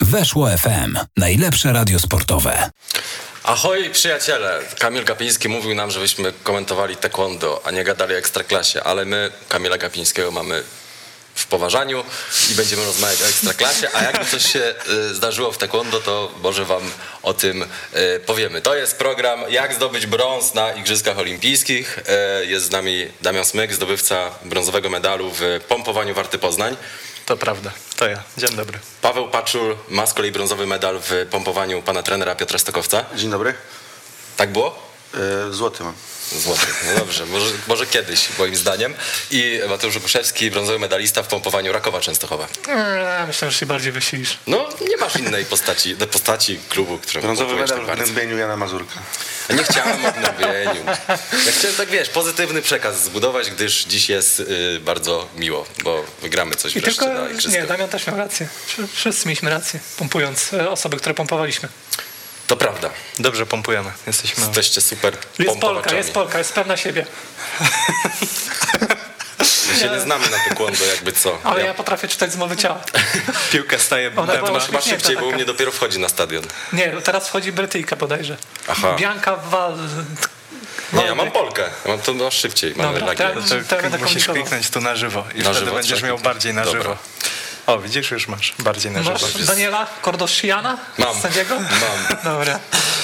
Weszło FM. Najlepsze radio sportowe. Ahoj przyjaciele, Kamil Gapiński mówił nam, żebyśmy komentowali taekwondo, a nie gadali o Ekstraklasie, ale my Kamila Gapińskiego mamy w poważaniu i będziemy rozmawiać o Ekstraklasie, a jakby coś się zdarzyło w taekwondo, to może wam o tym powiemy. To jest program Jak zdobyć brąz na Igrzyskach Olimpijskich. Jest z nami Damian Smyk, zdobywca brązowego medalu w pompowaniu Warty Poznań. To prawda, to ja. Dzień dobry. Paweł Paczul ma z kolei brązowy medal w pompowaniu pana trenera Piotra Stokowca. Dzień dobry. Tak było? Złoty mam. Złoty, no dobrze, może kiedyś moim zdaniem. I Mateusz Okuszewski, brązowy medalista w pompowaniu Rakowa Częstochowa. Myślę, że się bardziej wysilisz. No nie masz innej postaci klubu, którą brązowy pompujesz medal tak w bardzo. gnębieniu Jana Mazurka. Nie chciałem o gnębieniu. Ja chciałem tak, pozytywny przekaz zbudować, gdyż dziś jest bardzo miło, bo wygramy coś I wreszcie tylko, na igrzyskach. nie, Damian też miał rację. Wszyscy mieliśmy rację, pompując osoby, które pompowaliśmy. To prawda. Dobrze pompujemy. Jesteście super Jest pompowaczami. Polka, jest pewna siebie. My się nie znamy na taekwondo, jakby co. Ale ja potrafię czytać z mowy ciała. Piłka staje Ona była Chyba uśmiechnięta szybciej, bo u taka. mnie dopiero wchodzi na stadion. Nie, teraz wchodzi Brytyjka bodajże. Aha. Bianka Nie, ja mam Polkę. Ja mam to szybciej. Mamy Dobra, Legię. to ja będę Musisz komunikował. kliknąć tu na żywo i Na wtedy żywo, będziesz trzeba miał kliknąć. bardziej na Dobra. żywo. O, widzisz, już masz bardziej na Masz żywo. Daniela Kordosziana? Mam. Sędziego? Mam. Dobra,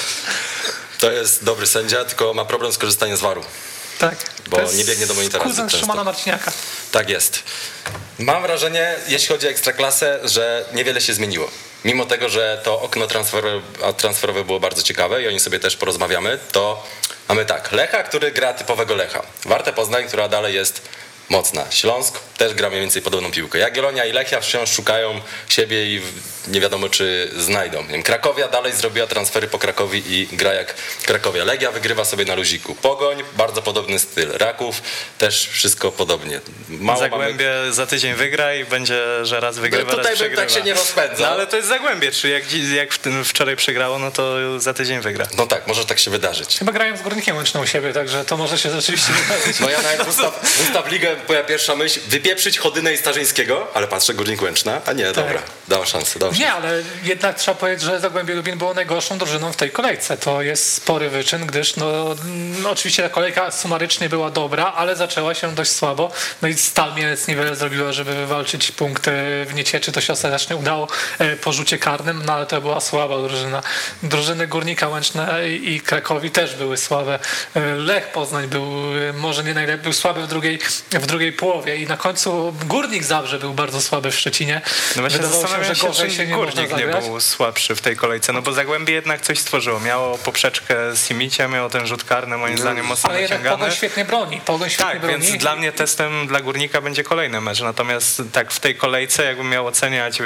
To jest dobry sędzia, tylko ma problem z korzystaniem z VAR-u. tak. Bo To jest nie biegnie do monitora kuzyn zbyt często. Szymona Marciniaka. Tak jest. Mam wrażenie, jeśli chodzi o Ekstraklasę, że niewiele się zmieniło. Mimo tego, że to okno transferowe było bardzo ciekawe i o nim sobie też porozmawiamy, to mamy tak. Lecha, który gra typowego Lecha. Wartę Poznań, która dalej jest mocna. Śląsk też gra mniej więcej podobną piłkę. Jagiellonia i Lechia wciąż szukają siebie i nie wiadomo, czy znajdą. Nie wiem, Krakowia dalej zrobiła transfery po Krakowi i gra jak Krakowia. Legia wygrywa sobie na luziku. Pogoń, bardzo podobny styl. Raków też wszystko podobnie. Mało Zagłębie za tydzień wygra i będzie, że raz wygrywa, Tutaj raz bym przegrywa. tak się nie rozpędzał. No ale to jest Zagłębie, czy jak w tym wczoraj przegrało, no to za tydzień wygra. No tak, może tak się wydarzyć. Chyba grają z Górnikiem Łęczną u siebie, także to może się rzeczywiście wydarzyć. No ja nawet Ustaw Ligę, moja pierwsza myśl, wypieprzyć Chodynę i Starzyńskiego, ale patrzę, Górnik Łęczna, a nie, dobra, dała szansę. Nie, ale jednak trzeba powiedzieć, że Zagłębie Lubin było najgorszą drużyną w tej kolejce. To jest spory wyczyn, gdyż oczywiście ta kolejka sumarycznie była dobra, ale zaczęła się dość słabo. No i Stal Mielec niewiele zrobiła, żeby wywalczyć punkty w Niecieczy. To się ostatecznie udało po rzucie karnym, no ale to była słaba drużyna. Drużyny Górnika Łęczna i Krakowi też były słabe. Lech Poznań był może nie najlepiej, był słaby w drugiej połowie i na końcu Górnik Zabrze był bardzo słaby w Szczecinie. No właśnie Wydawało się, że gorzej czy się nie można Górnik nie zagrać. był słabszy w tej kolejce, no bo Zagłębie jednak coś stworzyło. Miało poprzeczkę z Simicia, miało ten rzut karny, moim zdaniem mocno Ale jednak naciągany. Pogoń świetnie broni. Tak, więc dla mnie testem dla Górnika będzie kolejny mecz. Natomiast tak w tej kolejce, jakbym miał oceniać,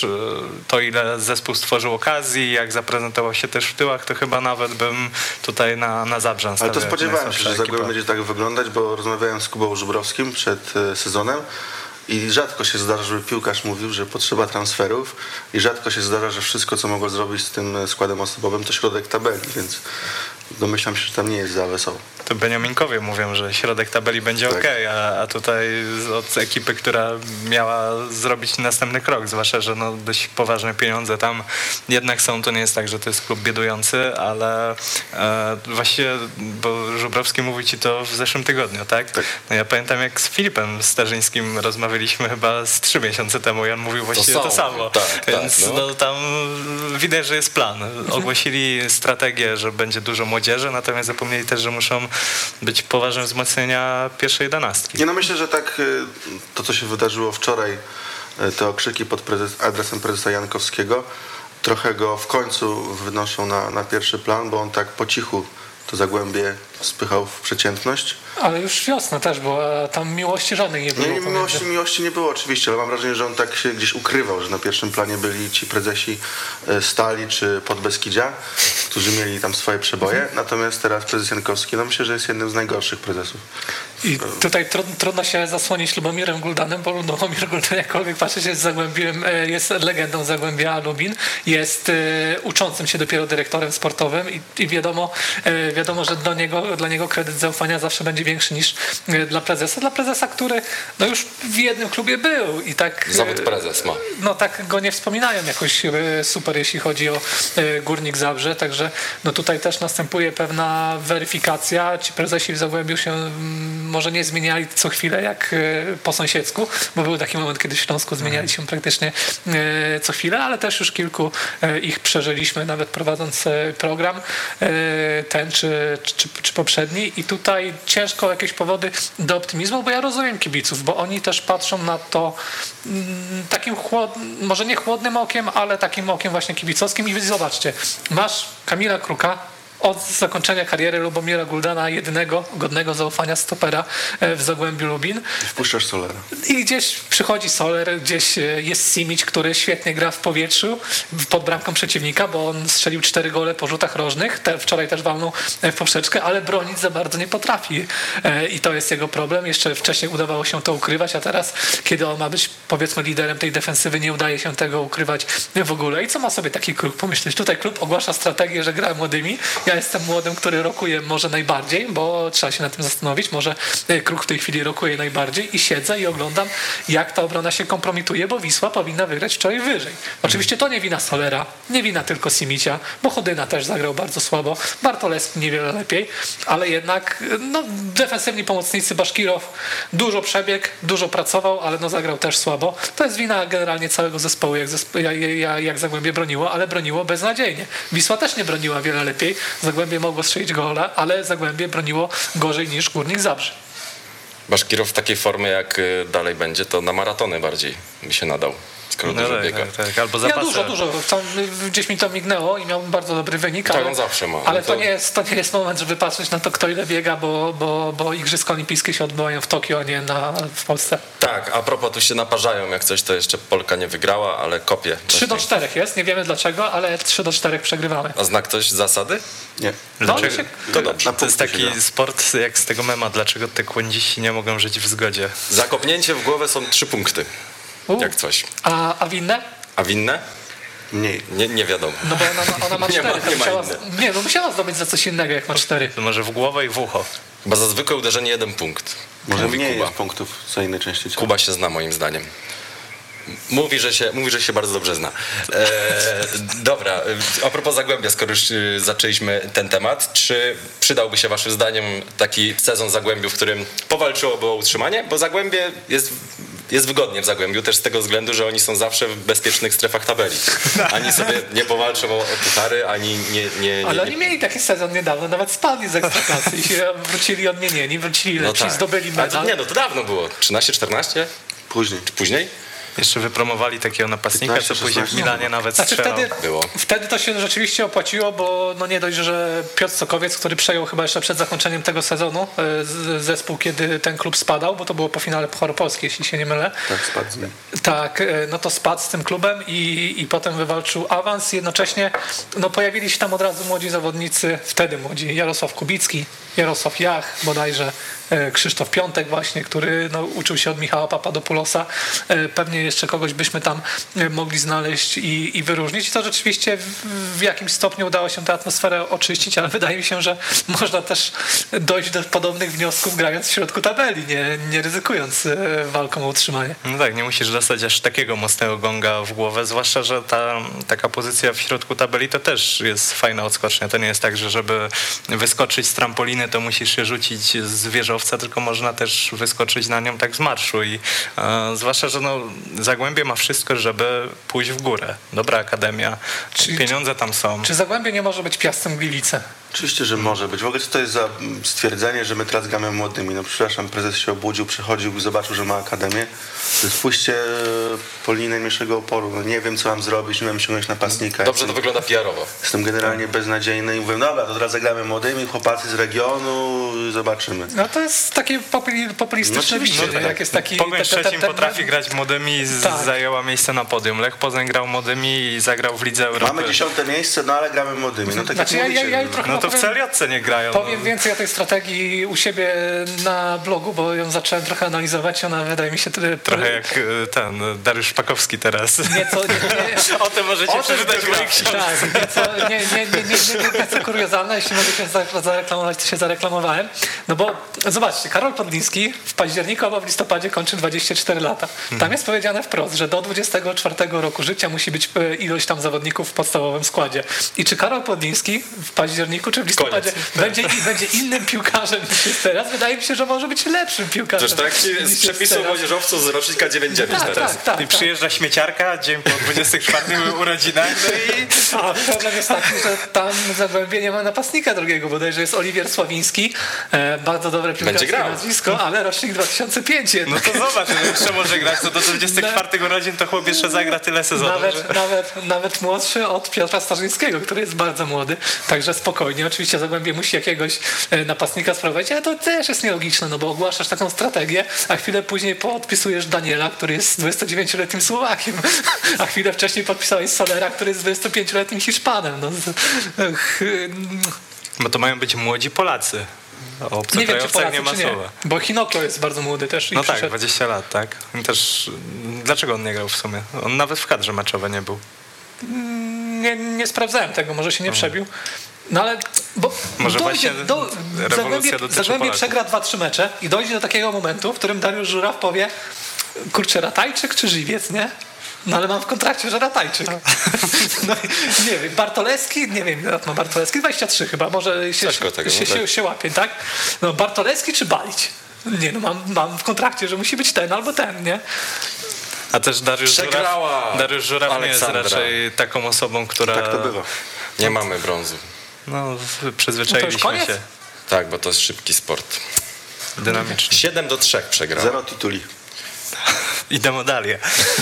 to ile zespół stworzył okazji, jak zaprezentował się też w tyłach, to chyba nawet bym tutaj na Zabrze Ale stawiał. to spodziewałem się, że najsłabsza Zagłębie ekipa. będzie tak wyglądać, bo rozmawiałem z Kubą Żubrowskim przed sezonem i rzadko się zdarza, żeby piłkarz mówił, że potrzeba transferów i rzadko się zdarza, że wszystko, co mogło zrobić z tym składem osobowym, to środek tabeli, więc domyślam się, że tam nie jest za wesoło. To Beniaminkowie mówią, że środek tabeli będzie Tak. okej, a tutaj od ekipy, która miała zrobić następny krok, zwłaszcza, że no dość poważne pieniądze tam jednak są, to nie jest tak, że to jest klub biedujący, ale właściwie, bo Żubrowski mówi ci to w zeszłym tygodniu, tak? Tak. No ja pamiętam, jak z Filipem Starzyńskim rozmawialiśmy chyba z 3 miesiące temu i on mówił właściwie to samo. Tak, Więc tak, no, tam widać, że jest plan. Ogłosili strategię, że będzie dużo młodzieży, natomiast zapomnieli też, że muszą być poważne wzmocnienia pierwszej 11. Nie, no myślę, że tak to, co się wydarzyło wczoraj, te okrzyki pod adresem prezesa Jankowskiego, trochę go w końcu wynoszą na pierwszy plan, bo on tak po cichu to Zagłębie spychał w przeciętność. Ale już wiosna też była, tam miłości żadnej nie było. Miłości nie było oczywiście, ale mam wrażenie, że on tak się gdzieś ukrywał, że na pierwszym planie byli ci prezesi Stali czy Podbeskidzia, którzy mieli tam swoje przeboje, natomiast teraz prezes Jankowski, no myślę, że jest jednym z najgorszych prezesów. I tutaj trudno się zasłonić Lubomirem Guldanem, bo Lubomir Guldan, jakkolwiek patrzeć, jest legendą Zagłębia Lubin, jest uczącym się dopiero dyrektorem sportowym i wiadomo, że dla niego kredyt zaufania zawsze będzie większy niż dla prezesa. Dla prezesa, który no już w jednym klubie był i tak... Zawód prezes ma. No tak go nie wspominają jakoś super, jeśli chodzi o Górnik Zabrze, także no tutaj też następuje pewna weryfikacja. Ci prezesi w Zagłębiu się może nie zmieniali co chwilę jak po sąsiedzku, bo był taki moment, kiedy w Śląsku zmieniali się praktycznie co chwilę, ale też już kilku ich przeżyliśmy, nawet prowadząc program ten czy poprzedni i tutaj ciężko jakieś powody do optymizmu, bo ja rozumiem kibiców, bo oni też patrzą na to takim może nie chłodnym okiem, ale takim okiem właśnie kibicowskim i zobaczcie, masz Kamila Kruka, od zakończenia kariery Lubomira Guldana, jedynego godnego zaufania stopera w Zagłębiu Lubin. Wpuszczasz Solera. I gdzieś przychodzi Soler, gdzieś jest Simić, który świetnie gra w powietrzu pod bramką przeciwnika, bo on strzelił 4 gole po rzutach rożnych. Wczoraj też walnął w poprzeczkę, ale bronić za bardzo nie potrafi. I to jest jego problem. Jeszcze wcześniej udawało się to ukrywać, a teraz, kiedy on ma być powiedzmy liderem tej defensywy, nie udaje się tego ukrywać w ogóle. I co ma sobie taki klub pomyśleć? Tutaj klub ogłasza strategię, że gra młodymi. Ja jestem młodym, który rokuje może najbardziej, bo trzeba się nad tym zastanowić. Może Kruk w tej chwili rokuje najbardziej i siedzę i oglądam, jak ta obrona się kompromituje, bo Wisła powinna wygrać wczoraj wyżej. Oczywiście to nie wina Solera, nie wina tylko Simicia, bo Chodyna też zagrał bardzo słabo, Bartolewski niewiele lepiej, ale jednak no, defensywni pomocnicy, Baszkirow dużo przebiegł, dużo pracował, ale no, zagrał też słabo. To jest wina generalnie całego zespołu, jak Zagłębie broniło, ale broniło beznadziejnie. Wisła też nie broniła wiele lepiej. Zagłębie mogło strzelić gola, ale Zagłębie broniło gorzej niż Górnik Zabrze. Baszkirow w takiej formie, jak dalej będzie, to na maratony bardziej by się nadał. Skoro dużo biega. Tak. Albo zapasy. Ja dużo. Gdzieś mi to mignęło i miał bardzo dobry wynik. Tak, on zawsze ma. Ale to nie jest moment, żeby patrzeć na to, kto ile biega, bo Igrzyska Olimpijskie się odbywają w Tokio, a nie w Polsce. Tak, a propos, tu się naparzają, jak coś, to jeszcze Polka nie wygrała, ale kopie. 3-4 jest, nie wiemy dlaczego, ale 3-4 przegrywamy. A zna ktoś zasady? Nie. Dlaczego? To dobrze. To jest taki sport jak z tego mema, dlaczego te kłędzisi nie mogą żyć w zgodzie. Za kopnięcie w głowę są 3 punkty. Jak coś. A winne? A winne? Mniej. Nie wiadomo. No bo ona ma 4. Nie ma Musiała zdobyć za coś innego, jak ma 4. To może w głowę i w ucho. Chyba za zwykłe uderzenie 1 punkt. Może Mówi mniej Kuba. jest punktów co innej części ciała. Kuba się zna moim zdaniem. Mówi, że się bardzo dobrze zna. Dobra, a propos Zagłębia, skoro już zaczęliśmy ten temat, czy przydałby się waszym zdaniem taki sezon Zagłębiu, w którym powalczyłoby o utrzymanie? Bo Zagłębie jest wygodnie w Zagłębiu też z tego względu, że oni są zawsze w bezpiecznych strefach tabeli. Ani sobie nie powalczą o puchary, ani nie... Ale oni mieli taki sezon niedawno, nawet spadli z Ekstraklasy i się wrócili odmienieni, wrócili lepsi, tak. zdobyli medal. To dawno było. 13-14? Później. Czy później? Jeszcze wypromowali takiego napastnika, 15, co później w 16. Milanie nawet Znaczy strzelał. wtedy to się rzeczywiście opłaciło, bo no nie dość, że Piotr Sokowiec, który przejął chyba jeszcze przed zakończeniem tego sezonu zespół, kiedy ten klub spadał, bo to było po finale Pucharu Polski, jeśli się nie mylę. Tak, spadł z nim. Tak, no to spadł z tym klubem i potem wywalczył awans. Jednocześnie no pojawili się tam od razu młodzi zawodnicy, wtedy młodzi, Jarosław Kubicki, Jarosław Jach bodajże, Krzysztof Piątek właśnie, który no, uczył się od Michała Papadopoulosa. Pewnie jeszcze kogoś byśmy tam mogli znaleźć i wyróżnić. I to rzeczywiście w jakimś stopniu udało się tę atmosferę oczyścić, ale wydaje mi się, że można też dojść do podobnych wniosków grając w środku tabeli, nie ryzykując walką o utrzymanie. No tak, nie musisz dostać aż takiego mocnego gonga w głowę, zwłaszcza, że taka pozycja w środku tabeli to też jest fajna odskocznia. To nie jest tak, że żeby wyskoczyć z trampoliny, to musisz się rzucić z wieżowca, tylko można też wyskoczyć na nią tak z marszu i zwłaszcza, że no, Zagłębie ma wszystko, żeby pójść w górę. Dobra akademia, pieniądze tam są. Czy Zagłębie nie może być Piastem Gliwice? Oczywiście, że może być. W ogóle co to jest za stwierdzenie, że my teraz gramy młodymi? No przepraszam, prezes się obudził, przychodził, zobaczył, że ma akademię. Spójrzcie po linii najmniejszego oporu. No nie wiem, co mam zrobić, nie wiem, ściągnąć napastnika. Dobrze to wygląda PR-owo. Jestem generalnie beznadziejny i mówię, dobra, to teraz zagramy młodymi, chłopacy z regionu, zobaczymy. No to jest takie populistyczne bicie, nie? Jak jest taki... Pogoń Szczecin potrafi grać młodymi i Tak. zajęła miejsce na podium. Lech Poznań grał młodymi i zagrał w Lidze Europy. Mamy 10. miejsce, no ale gramy młodymi. No tak Znaczy, jak mówicie, ja trochę No to w Celiotce nie grają. Powiem więcej o tej strategii u siebie na blogu, bo ją zacząłem trochę analizować. Ona wydaje mi się Trochę jak ten Dariusz Szpakowski teraz. nieco... Nie, O tym możecie przeczytać w mojej książce. tak, nieco kuriozalne. Jeśli mogę się zareklamować, to się zareklamowałem. No bo zobaczcie, Karol Podliński w październiku albo w listopadzie kończy 24 lata. Tam jest powiedziane wprost, że do 24 roku życia musi być ilość tam zawodników w podstawowym składzie. I czy Karol Podliński w październiku czy w listopadzie będzie innym piłkarzem niż jest teraz? Wydaje mi się, że może być lepszym piłkarzem. Przecież tak niż z jest przepisów teraz. młodzieżowców z rocznika 99 teraz. Tak. I przyjeżdża śmieciarka, dzień po 24 urodzinach, no i A problem jest taki, że tam w Zagłębie nie ma napastnika drugiego, bodajże jest Oliwier Sławiński, bardzo dobre piłkarskie grał. nazwisko, ale rocznik 2005 no jednak. to zobacz, że jeszcze może grać, to do 24 urodzin to chłop jeszcze zagra tyle sezonów. Nawet młodszy od Piotra Starzyńskiego, który jest bardzo młody, także spokojnie. Oczywiście Zagłębie musi jakiegoś napastnika sprowadzić, ale to też jest nielogiczne, no bo ogłaszasz taką strategię, a chwilę później podpisujesz Daniela, który jest 29-letnim Słowakiem, a chwilę wcześniej podpisałeś Solera, który jest 25-letnim Hiszpanem. No, Bo to mają być młodzi Polacy. O nie wiem, czy obcokrajowcach Polacy, nie ma czy nie, słowa. bo Hinoko jest bardzo młody też. No tak, 20 lat, tak. I też, dlaczego on nie grał w sumie? On nawet w kadrze meczowej nie był. Nie sprawdzałem tego, może się nie przebił. No ale, bo Może właśnie rewolucja dotyczy Zagłębie Polaków. przegra 2-3 mecze i dojdzie do takiego momentu, w którym Dariusz Żuraw powie, kurczę, Ratajczyk czy Żywiec, nie? No ale mam w kontrakcie, że Ratajczyk. No, nie wiem, Bartolewski, nie wiem, ile lat ma Bartolewski, 23 chyba, może Coś koło tego, no tak. się łapie, tak? No Bartolewski czy Balić? Nie, no mam w kontrakcie, że musi być ten albo ten, nie? A też Dariusz Żuraw nie jest Aleksandra. raczej taką osobą, która... Tak to bywa. Nie mamy brązu. No, No to już przyzwyczailiśmy koniec? się. Tak, bo to jest szybki sport. Dynamicznie. 7-3 przegrał. 0 tytuli. I demodalię.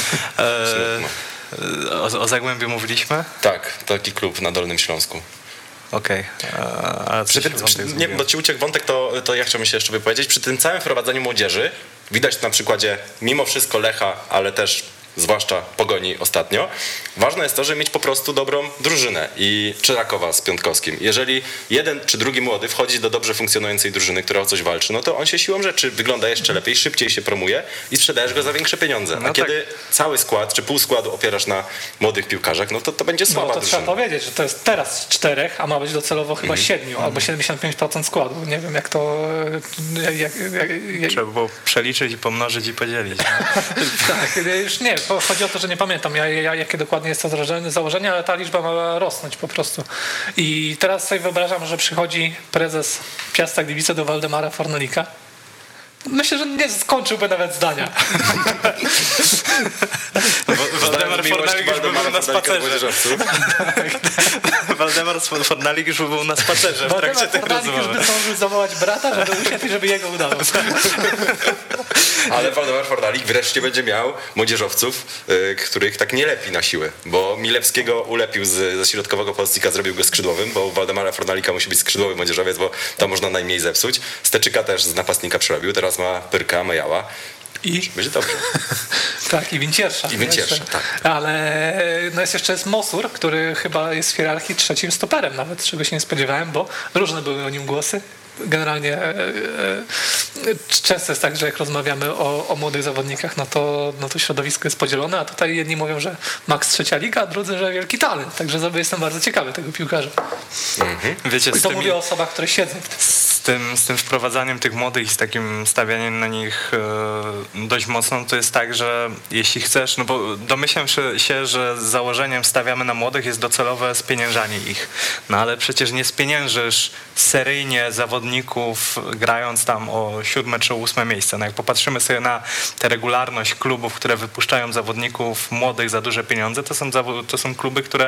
O Zagłębiu mówiliśmy? Tak, taki klub na Dolnym Śląsku. Okej. A co się wątek Nie, zmieniło? bo ci uciekł wątek, to ja chciałbym się jeszcze wypowiedzieć. Przy tym całym wprowadzaniu młodzieży widać na przykładzie mimo wszystko Lecha, ale też zwłaszcza Pogoni ostatnio, ważne jest to, żeby mieć po prostu dobrą drużynę i czy Rakowa z Piątkowskim. Jeżeli jeden czy drugi młody wchodzi do dobrze funkcjonującej drużyny, która o coś walczy, no to on się siłą rzeczy wygląda jeszcze lepiej, szybciej się promuje i sprzedajesz go za większe pieniądze. No A kiedy cały skład czy pół składu opierasz na młodych piłkarzach, no to będzie No słaba to trzeba drużyna. powiedzieć, że to jest teraz 4, a ma być docelowo chyba 7 albo 75% składu. Nie wiem jak to... Trzeba było przeliczyć i pomnożyć i podzielić. Tak, już nie, bo chodzi o to, że nie pamiętam jakie dokładnie jest to założenie, ale ta liczba ma rosnąć po prostu. I teraz sobie wyobrażam, że przychodzi prezes Piasta Gliwice do Waldemara Fornalika. Myślę, że nie skończyłby nawet zdania. Waldemar Fornalik już by był na spacerze. Waldemar Fornalik już by był na spacerze w trakcie Waldemar tych Fornalik już rozmowy. by zdążył zawołać brata, żeby usiadł i żeby jego udało. Ale Waldemar Fornalik wreszcie będzie miał młodzieżowców, których tak nie lepi na siłę, bo Milewskiego ulepił ze środkowego pomocnika, zrobił go skrzydłowym, bo u Waldemara Fornalika musi być skrzydłowy młodzieżowiec, bo to można najmniej zepsuć. Steczyka też z napastnika przerobił, teraz ma Pyrka, Mejała. I? Będzie dobrze. Tak, i Winciersza. I Winciersza, tak. Ale no jest Mosur, który chyba jest w hierarchii trzecim stoperem nawet, czego się nie spodziewałem, bo różne były o nim głosy. Generalnie często jest tak, że jak rozmawiamy o młodych zawodnikach, no to środowisko jest podzielone, a tutaj jedni mówią, że max trzecia liga, a drudzy, że wielki talent. Także jestem bardzo ciekawy tego piłkarza. Wiecie, I to mówię o osobach, które siedzą w tym. z z tym wprowadzaniem tych młodych i z takim stawianiem na nich dość mocno, to jest tak, że jeśli chcesz, no bo domyślam się, że z założeniem stawiamy na młodych jest docelowe spieniężanie ich. No ale przecież nie spieniężysz seryjnie zawodników grając tam o 7. czy 8. miejsce. No jak popatrzymy sobie na tę regularność klubów, które wypuszczają zawodników młodych za duże pieniądze, to są kluby, które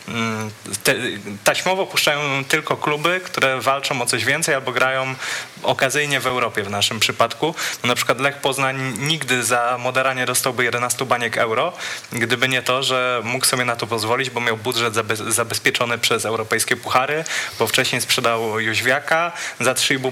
taśmowo puszczają tylko kluby, które walczą o coś więcej albo grają okazyjnie w Europie w naszym przypadku. No na przykład Lech Poznań nigdy za Modera nie dostałby 11 baniek euro, gdyby nie to, że mógł sobie na to pozwolić, bo miał budżet zabezpieczony przez europejskie puchary, bo wcześniej sprzedał Jóźwiaka za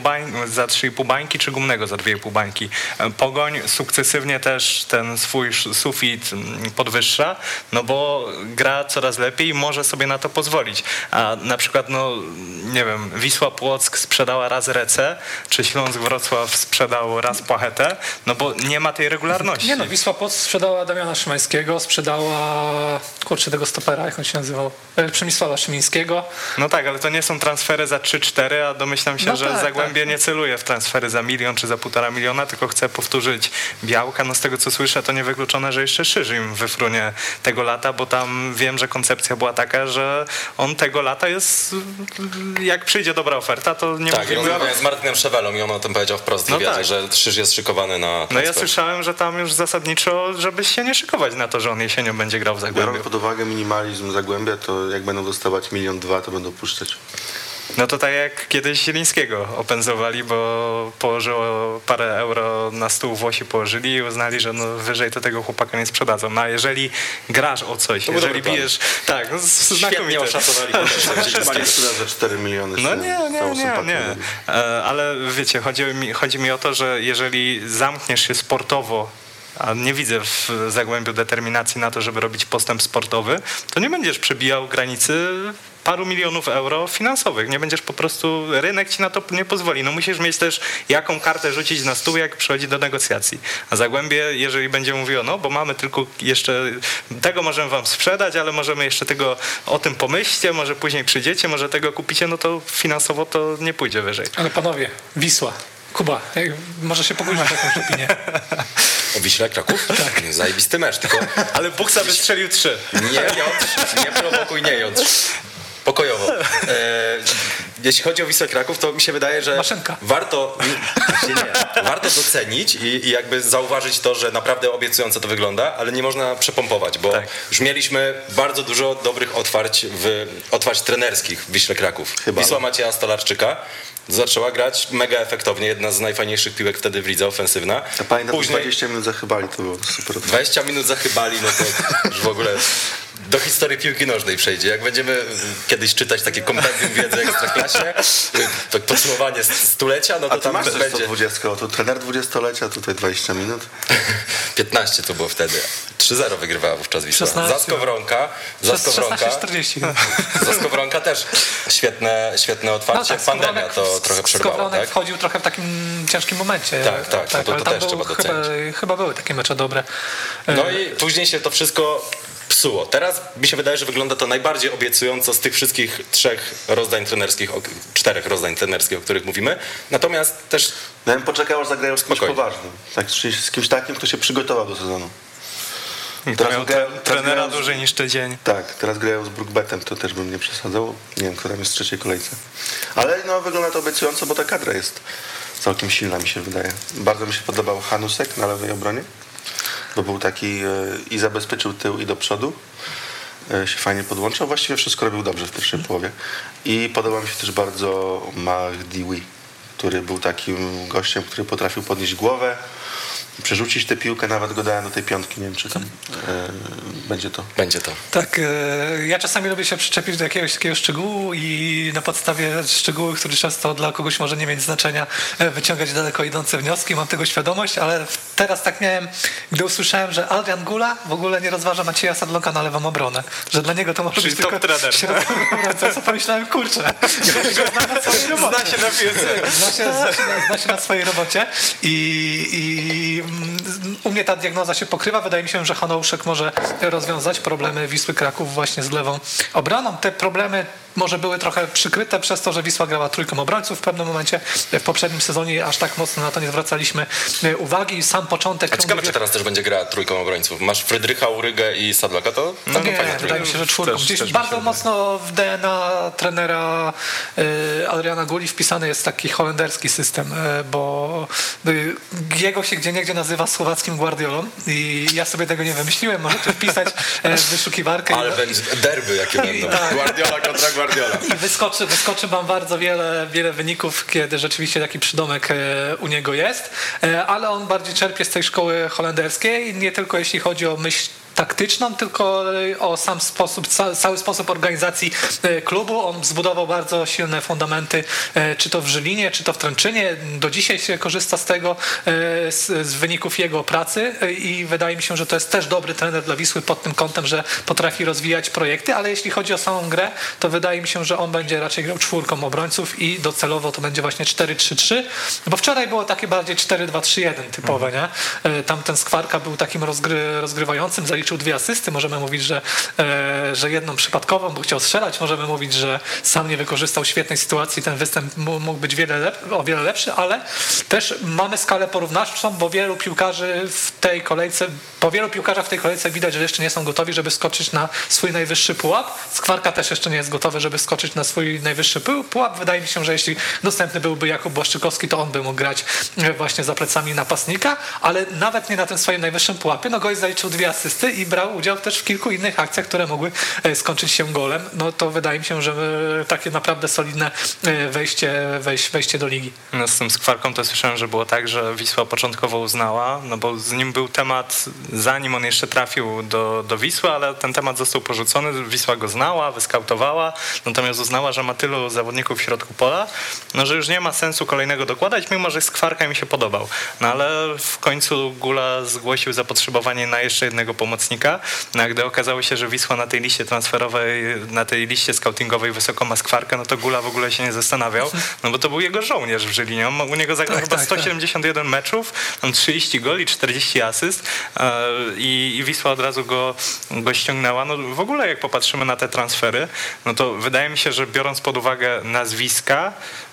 3,5 bańki, czy Gumnego za 2,5 bańki. Pogoń sukcesywnie też ten swój sufit podwyższa, no bo gra coraz lepiej i może sobie na to pozwolić. A na przykład, no nie wiem, Wisła Płock sprzedała raz Recę, czy Śląsk Wrocław sprzedał raz Płachetę, no bo nie ma tej regularności. Nie no, Wisła Płock sprzedała Damiana Szymańskiego, sprzedała tego stopera, jak on się nazywał, Przemysława Szymińskiego. No tak, ale to nie są transfery za 3-4, a domyślam się, No że tak, Zagłębie nie celuje w transfery za 1 milion czy za 1,5 miliona, tylko chce powtórzyć Białka. No z tego co słyszę, to niewykluczone, że jeszcze Szyży im wyfrunie tego lata, bo tam wiem, że koncepcja była taka, że on tego lata jest, jak przyjdzie dobra oferta, to nie Tak, mówimy... rozmawiałem z Martinem Szewelą i on o tym powiedział wprost w No wywiadzie, tak. że Szyż jest szykowany na transfer. No ja słyszałem, że tam już zasadniczo, żeby się nie szykować na to, że on jesienią będzie grał w Zagłębiu. Biorąc pod uwagę minimalizm Zagłębia, to jak będą dostawać 1,2 miliona, to będą puszczać. No to tak jak kiedyś Zielińskiego opędzowali, bo położyło parę euro na stół, Włosi położyli i uznali, że no wyżej to tego chłopaka nie sprzedadzą. No a jeżeli grasz o coś, był jeżeli dobry plan. bijesz... Tak, no Świetnie znakomite. oszacowali. Chyba nie sprzeda za 4 miliony. No nie. Ale wiecie, chodzi mi o to, że jeżeli zamkniesz się sportowo, a nie widzę w Zagłębiu determinacji na to, żeby robić postęp sportowy, to nie będziesz przebijał granicy paru milionów euro finansowych. Nie będziesz po prostu, rynek ci na to nie pozwoli. No musisz mieć też jaką kartę rzucić na stół, jak przychodzi do negocjacji. A Zagłębie, jeżeli będzie mówiło, no bo mamy tylko jeszcze, tego możemy wam sprzedać, ale możemy jeszcze tego, o tym pomyślcie, może później przyjdziecie, może tego kupicie, no to finansowo to nie pójdzie wyżej. Ale panowie, Wisła, Kuba, może się pogodzić na jakąś opinię. O Wiśle Kraków? Tak. Zajebisty mecz, tylko Ale Buksa wystrzelił 3. nie jątrz, nie prowokuj, nie jątrz. Pokojowo. Jeśli chodzi o Wisłę Kraków, to mi się wydaje, że Maszynka. warto docenić i jakby zauważyć to, że naprawdę obiecująco to wygląda, ale nie można przepompować, bo Tak. już mieliśmy bardzo dużo dobrych otwarć trenerskich w Wiśle Kraków. Chyba. Wisła Macieja Stolarczyka zaczęła grać mega efektownie, jedna z najfajniejszych piłek wtedy w lidze, ofensywna. A pamiętam, Później 20 minut zachybali, to było super. 20 minut zachybali, no to już w ogóle do historii piłki nożnej przejdzie. Jak będziemy kiedyś czytać takie kompendium wiedzy o Ekstraklasie, to podsumowanie stulecia, no to A ty tam masz coś będzie 120, to trener 20-lecia, tutaj 20 minut. 15 to było wtedy. 3-0 wygrywała wówczas Wisła. 16. Zaskowronka 16-40. Zaskowronka też świetne otwarcie. Pandemia to trochę przerwała, Skowronek tak? wchodził trochę w takim ciężkim momencie. Tak, no to ale też tam trzeba docenić. chyba były takie mecze dobre. No i później się to wszystko psuło. Teraz mi się wydaje, że wygląda to najbardziej obiecująco z tych wszystkich 4 rozdań trenerskich, o których mówimy. Natomiast też Ja bym poczekał, aż zagrają z kimś Spokojnie. poważnym. Tak, czyli z kimś takim, kto się przygotował do sezonu. To Teraz miał grają- trenera grają z- dłużej niż tydzień. Tak, teraz grają z Brookbetem, to też bym nie przesadzał. Nie wiem, kto tam jest w trzeciej kolejce. Ale no, wygląda to obiecująco, bo ta kadra jest całkiem silna, mi się wydaje. Bardzo mi się podobał Hanusek na lewej obronie, bo był taki i zabezpieczył tył i do przodu. Się fajnie podłączał. Właściwie wszystko robił dobrze w pierwszej połowie. I podoba mi się też bardzo Mahdiwi, który był takim gościem, który potrafił podnieść głowę, przerzucić tę piłkę, nawet go dałem do tej piątki, nie wiem czy tam będzie to. będzie to. Tak, ja czasami lubię się przyczepić do jakiegoś takiego szczegółu i na podstawie szczegółów, który często dla kogoś może nie mieć znaczenia, wyciągać daleko idące wnioski. Mam tego świadomość, ale teraz tak miałem, gdy usłyszałem, że Adrian Gula w ogóle nie rozważa Macieja Sadloka na lewą obronę, że dla niego to może Czyli być top tylko trener. środkowy obrońca, co pomyślałem, kurczę, zna na swojej robocie. Zna się na piłce. Zna się na swojej robocie i u mnie ta diagnoza się pokrywa. Wydaje mi się, że Hanouszek może rozwiązać problemy Wisły Kraków właśnie z lewą obroną. Te problemy może były trochę przykryte przez to, że Wisła grała trójką obrońców w pewnym momencie. W poprzednim sezonie aż tak mocno na to nie zwracaliśmy uwagi. Sam początek... A ciekawe, czy teraz też będzie grała trójką obrońców. Masz Frydrycha, Urygę i Sadlaka, to nie, wydaje mi się, że czwórką. Gdzieś bardzo mocno w DNA trenera Adriana Guli wpisany jest taki holenderski system, bo jego się gdzieniegdzie nazywa słowackim Guardiolą i ja sobie tego nie wymyśliłem, możecie wpisać w wyszukiwarkę. Ale będzie derby jakie będą. Tak. Guardiola kontra Guardiola. I wyskoczy wam bardzo wiele wyników, kiedy rzeczywiście taki przydomek u niego jest, ale on bardziej czerpie z tej szkoły holenderskiej, nie tylko jeśli chodzi o myśl taktyczną, tylko o sam sposób, cały sposób organizacji klubu. On zbudował bardzo silne fundamenty, czy to w Żylinie, czy to w Tręczynie. Do dzisiaj się korzysta z tego, z wyników jego pracy i wydaje mi się, że to jest też dobry trener dla Wisły pod tym kątem, że potrafi rozwijać projekty, ale jeśli chodzi o samą grę, to wydaje mi się, że on będzie raczej grał czwórką obrońców i docelowo to będzie właśnie 4-3-3, bo wczoraj było takie bardziej 4-2-3-1 typowe, nie? Tamten Skwarka był takim rozgrywającym, zaliczył 2 asysty, możemy mówić, że jedną przypadkową, bo chciał strzelać, możemy mówić, że sam nie wykorzystał świetnej sytuacji, ten występ mógł być o wiele lepszy, ale też mamy skalę porównawczą, bo po wielu piłkarzach w tej kolejce widać, że jeszcze nie są gotowi, żeby skoczyć na swój najwyższy pułap. Skwarka też jeszcze nie jest gotowy, żeby skoczyć na swój najwyższy pułap. Wydaje mi się, że jeśli dostępny byłby Jakub Błaszczykowski, to on by mógł grać właśnie za plecami napastnika, ale nawet nie na tym swoim najwyższym pułapie. No gość zaliczył 2 asysty i brał udział też w kilku innych akcjach, które mogły skończyć się golem. No to wydaje mi się, że takie naprawdę solidne wejście do ligi. No z tym Skwarką to słyszałem, że było tak, że Wisła początkowo uznała, no bo z nim był temat, zanim on jeszcze trafił do Wisły, ale ten temat został porzucony, Wisła go znała, wyskautowała, natomiast uznała, że ma tylu zawodników w środku pola, no że już nie ma sensu kolejnego dokładać, mimo że Skwarka mi się podobał. No ale w końcu Gula zgłosił zapotrzebowanie na jeszcze jednego pomocnika, no a gdy okazało się, że Wisła na tej liście transferowej, na tej liście scoutingowej wysoko ma Skwarkę, no to Gula w ogóle się nie zastanawiał, no bo to był jego żołnierz w Żylinie. U niego zagrał chyba 171 meczów, tam 30 goli, 40 asyst i Wisła od razu go ściągnęła. No w ogóle jak popatrzymy na te transfery, no to wydaje mi się, że biorąc pod uwagę nazwiska,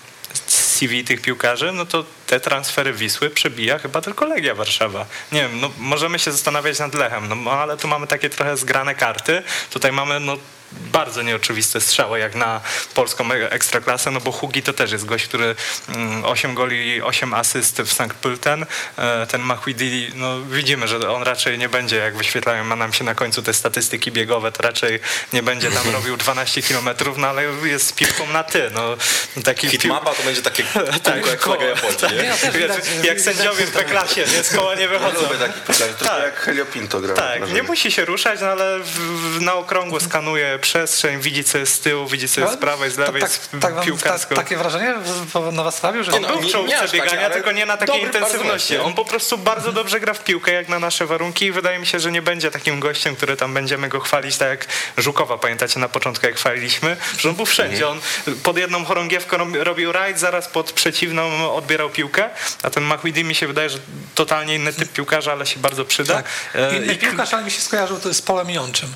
CV tych piłkarzy, no to te transfery Wisły przebija chyba tylko Legia Warszawa. Nie wiem, no możemy się zastanawiać nad Lechem, no ale tu mamy takie trochę zgrane karty. Tutaj mamy bardzo nieoczywiste strzały jak na polską ekstraklasę, no bo Hugi to też jest gość, który 8 goli, 8 asyst w St. Pölten. Ten Matuidi, no widzimy, że on raczej nie będzie, jak wyświetlają nam się na końcu te statystyki biegowe, to raczej nie będzie tam robił 12 kilometrów, no ale jest z piłką na ty. No, taki Hitmapa to będzie takie kółko jak flaga Japonii, nie? Jak sędziowie w P-klasie, nie? Z koła nie wychodzą. Tak, jak Helio Pinto gra. Tak, nie musi się ruszać, no ale na okrągło skanuje przestrzeń, widzi co jest z tyłu, widzi co jest z prawej, z lewej, piłkarsko. Takie wrażenie na was sprawił, że on był w czołówce biegania, tylko nie na takiej intensywności. On po prostu bardzo dobrze gra w piłkę, jak na nasze warunki i wydaje mi się, że nie będzie takim gościem, który tam będziemy go chwalić, tak jak Żukowa, pamiętacie na początku, jak chwaliliśmy, że on był wszędzie. On pod jedną chorągiewką robił rajd, zaraz pod przeciwną odbierał piłkę, a ten Matuidi mi się wydaje, że totalnie inny typ piłkarza, ale się bardzo przyda. Tak. Inny piłkarz, ale mi się skojarzył to z Polem Jączym.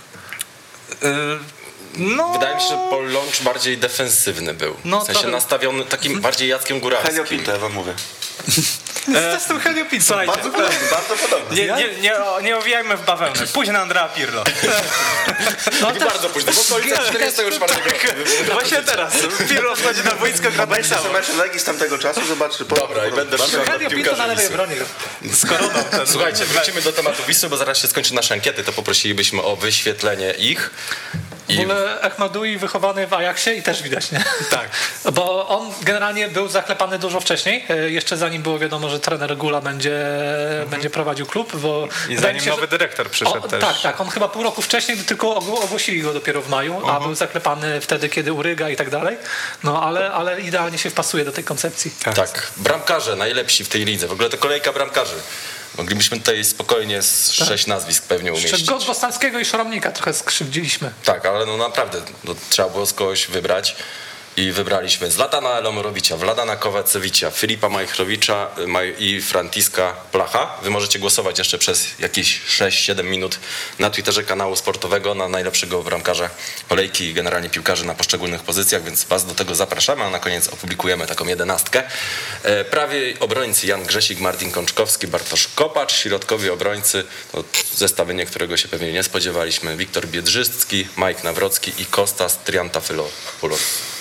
No. Wydaje mi się, że Paul Łącz bardziej defensywny był. No, w sensie nastawiony takim bardziej Jackiem Górawskim. Helio Pinto, ja wam mówię. Z tym Helio Pinto. Bardzo podobny. Nie owijajmy w bawełnę. Pójdź na Andrea Pirlo. Bardzo późno, bo to jest 44 No właśnie teraz. Pirlo wchodzi na boisko, gra tak samo. Mecz Legii z tamtego czasu, zobaczy. Dobra, i będę Helio Pinto na lewej obronie. Słuchajcie, wrócimy do tematu Wisły, bo zaraz się skończy nasze ankiety, to poprosilibyśmy o wyświetlenie ich. W ogóle Ahmadoui wychowany w Ajaxie i też widać, nie? Tak. Bo on generalnie był zaklepany dużo wcześniej, jeszcze zanim było wiadomo, że trener Gula będzie prowadził klub. Bo i zanim się, nowy dyrektor przyszedł też. Tak. On chyba pół roku wcześniej, tylko ogłosili go dopiero w maju, a był zaklepany wtedy, kiedy Uryga i tak dalej. No ale idealnie się wpasuje do tej koncepcji. Tak. Bramkarze najlepsi w tej lidze. W ogóle to kolejka bramkarzy. Moglibyśmy tutaj spokojnie 6 nazwisk pewnie umieścić. Gostalskiego i Szoromnika trochę skrzywdziliśmy. Tak, ale no naprawdę trzeba było z kogoś wybrać. I wybraliśmy Zlatana Elomorowicza, Wladana Kowacewicza, Filipa Majchrowicza i Franciska Placha. Wy możecie głosować jeszcze przez jakieś 6-7 minut na Twitterze kanału sportowego na najlepszego bramkarza kolejki i generalnie piłkarzy na poszczególnych pozycjach, więc was do tego zapraszamy, a na koniec opublikujemy taką 11. Prawie obrońcy Jan Grzesik, Martin Kączkowski, Bartosz Kopacz, środkowi obrońcy, to zestawienie, którego się pewnie nie spodziewaliśmy, Wiktor Biedrzycki, Mike Nawrocki i Kostas Triantafylopoulos.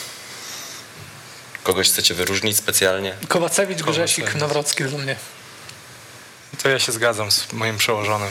Kogoś chcecie wyróżnić specjalnie? Kowacewicz, Grzesik, Nawrocki dla mnie. To ja się zgadzam z moim przełożonym.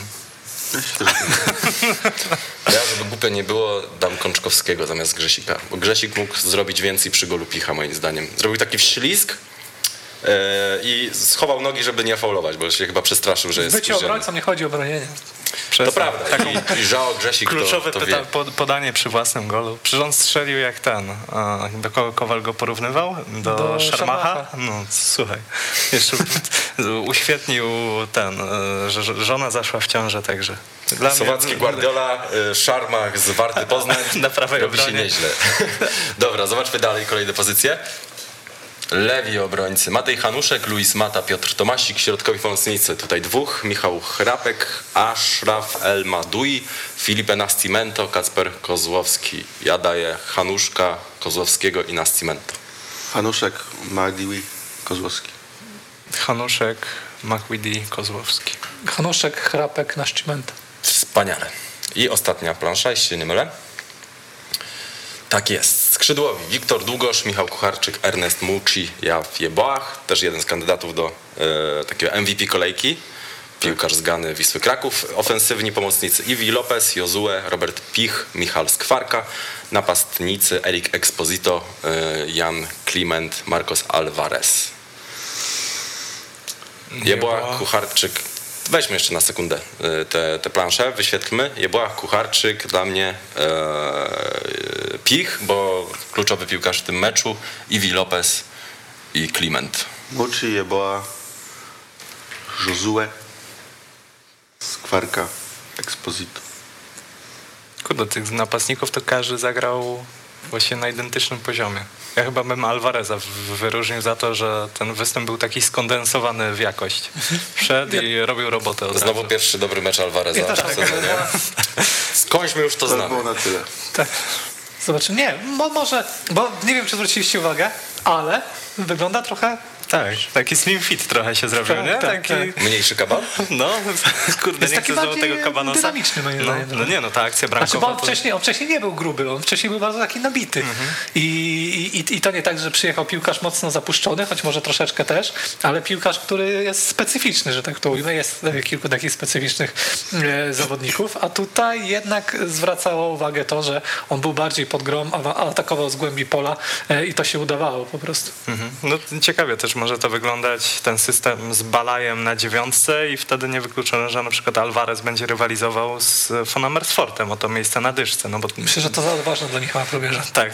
Ja, żeby głupio nie było, dam Kączkowskiego zamiast Grzesika, bo Grzesik mógł zrobić więcej przy golu Picha, moim zdaniem. Zrobił taki wślizg i schował nogi, żeby nie faulować, bo się chyba przestraszył, że jest Bycie obrońcą nie chodzi o bronienie. To prawda. I Żao Grzesik kluczowe to wie. podanie przy własnym golu. Przecież on strzelił jak ten. Do kogo Kowal go porównywał? Do Szarmacha? No słuchaj. Jeszcze uświetnił że żona zaszła w ciążę, także. Słowacki Guardiola, Szarmach z Warty Poznań. Na prawej robi się obronie. nieźle. Dobra, zobaczmy dalej kolejne pozycje. Lewi obrońcy Matej Hanuszek, Luis Mata, Piotr Tomasik, środkowi pomocnicy tutaj dwóch, Michał Chrapek, Ashraf El Madoui, Filipe Nascimento, Kacper Kozłowski. Ja daję Hanuszka, Kozłowskiego i Nascimento. Hanuszek, Magdiwi, Kozłowski. Hanuszek, Makwidi, Kozłowski. Hanuszek, Chrapek, Nascimento. Wspaniale. I ostatnia plansza, jeśli się nie mylę. Tak jest. Skrzydłowi Wiktor Długosz, Michał Kucharczyk, Ernest Mucci, Jaw Jeboach. Też jeden z kandydatów do takiego MVP kolejki. Piłkarz z Gany Wisły Kraków. Ofensywni pomocnicy Iwi Lopez, Jozue, Robert Pich, Michal Skwarka. Napastnicy Erik Exposito, Jan Kliment, Marcos Alvarez. Jeboach, Kucharczyk. Weźmy jeszcze na sekundę te plansze, wyświetlmy. Jeboach, Kucharczyk, dla mnie Pich, bo kluczowy piłkarz w tym meczu, Iwi Lopez i Kliment. Mucci, Jeboa, Josue, Skwarka, Exposito. Kurde, tych napastników to każdy zagrał właśnie na identycznym poziomie. Ja chyba bym Alvareza wyróżnił za to, że ten występ był taki skondensowany w jakość. Wszedł i robił robotę od Znowu razu. pierwszy dobry mecz Alvareza w sezonie. Skądś my już to znamy. To było na tyle. Tak. Zobaczymy. Nie, może, bo nie wiem, czy zwróciliście uwagę, ale wygląda trochę... Tak, taki slim fit trochę się zrobił, Tak, nie? tak, Taki, Mniejszy kaban? no, kurde, Jest nie taki chcę znowu bardziej tego kabanosa. dynamiczny, moim zdaniem. No nie, no ta akcja Znaczy, bramkowa. bo on wcześniej nie był gruby, on wcześniej był bardzo taki nabity. I to nie tak, że przyjechał piłkarz mocno zapuszczony, choć może troszeczkę też, ale piłkarz, który jest specyficzny, że tak to ujmę. Jest kilku takich specyficznych zawodników, a tutaj jednak zwracało uwagę to, że on był bardziej pod grom, atakował z głębi pola i to się udawało po prostu. No ciekawie też może to wyglądać, ten system z Balajem na 9 i wtedy nie wykluczone, że na przykład Alvarez będzie rywalizował z von Amersfoortem o to miejsce na dyszce. No bo... Myślę, że to za ważne dla Michała Probierza. Tak,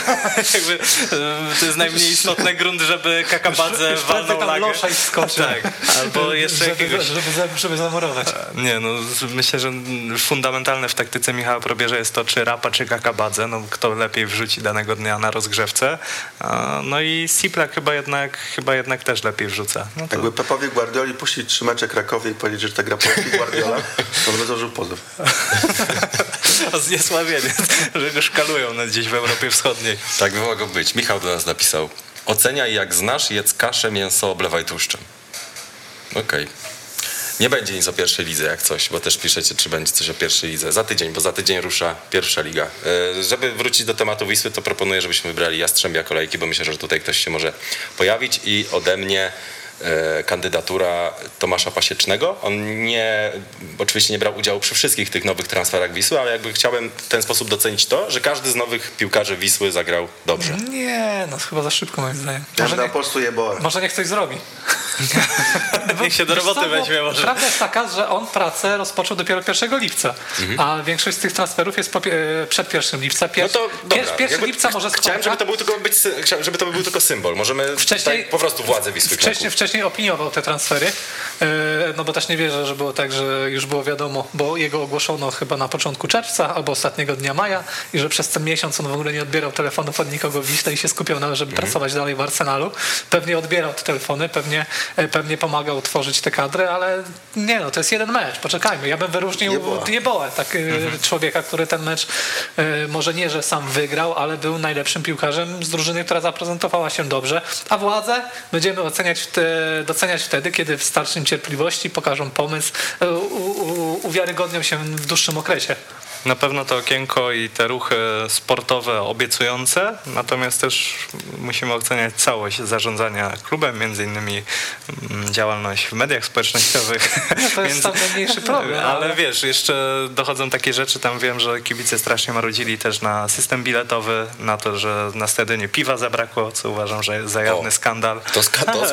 to jest najmniej istotny grunt, żeby Kakabadze walnął tam lagę. losza i skoczył. Tak, albo jeszcze jakiegoś... Żeby zamurować. Nie, no myślę, że fundamentalne w taktyce Michała Probierza jest to, czy Rapa, czy Kakabadze, no kto lepiej wrzuci danego dnia na rozgrzewce. No i Siplak chyba jednak też lepiej wrzuca. No to... Jakby Pepowi Guardioli puścić 3 mecze Krakowie i powiedzieć, że ta gra polski Guardiola, to by złożył pozew. O zniesławienie, że go szkalują gdzieś w Europie Wschodniej. Tak by mogło być. Michał do nas napisał: oceniaj jak znasz, jedz kaszę, mięso, oblewaj tłuszczem. Okej. Nie będzie nic o pierwszej lidze jak coś, bo też piszecie, czy będzie coś o pierwszej lidze. Za tydzień, bo za tydzień rusza pierwsza liga. Żeby wrócić do tematu Wisły, to proponuję, żebyśmy wybrali Jastrzębia Kolejki, bo myślę, że tutaj ktoś się może pojawić i ode mnie kandydatura Tomasza Pasiecznego. On oczywiście nie brał udziału przy wszystkich tych nowych transferach Wisły, ale jakby chciałem w ten sposób docenić to, że każdy z nowych piłkarzy Wisły zagrał dobrze. Nie, no chyba za szybko moim zdaniem. Ja bym po prostu Jeboa. Może niech coś zrobi. niech się do roboty weźmie może. Prawda jest taka, że on pracę rozpoczął dopiero 1 lipca, a większość z tych transferów jest przed 1 lipca. No to dobra. 1 lipca może Chciałem, żeby to był tylko symbol. Możemy Wcześniej- po prostu władzę Wisły Kraków. Wcześniej opiniował te transfery, no bo też nie wierzę, że było tak, że już było wiadomo, bo jego ogłoszono chyba na początku czerwca albo ostatniego dnia maja i że przez ten miesiąc on w ogóle nie odbierał telefonów od nikogo w Wiśle i się skupiał na, żeby pracować dalej w Arsenalu. Pewnie odbierał te telefony, pewnie pomagał tworzyć te kadry, ale nie no, to jest jeden mecz, poczekajmy. Ja bym wyróżnił Jebołę, tak, człowieka, który ten mecz może nie, że sam wygrał, ale był najlepszym piłkarzem z drużyny, która zaprezentowała się dobrze, a władzę będziemy doceniać wtedy, kiedy w starszym cierpliwości pokażą pomysł, uwiarygodnią się w dłuższym okresie. Na pewno to okienko i te ruchy sportowe obiecujące, natomiast też musimy oceniać całość zarządzania klubem, między innymi działalność w mediach społecznościowych. No to jest sam najmniejszy problem. Ale wiesz, jeszcze dochodzą takie rzeczy, tam wiem, że kibice strasznie marudzili też na system biletowy, na to, że na stadionie piwa zabrakło, co uważam, że jest zajawny skandal. To skandal.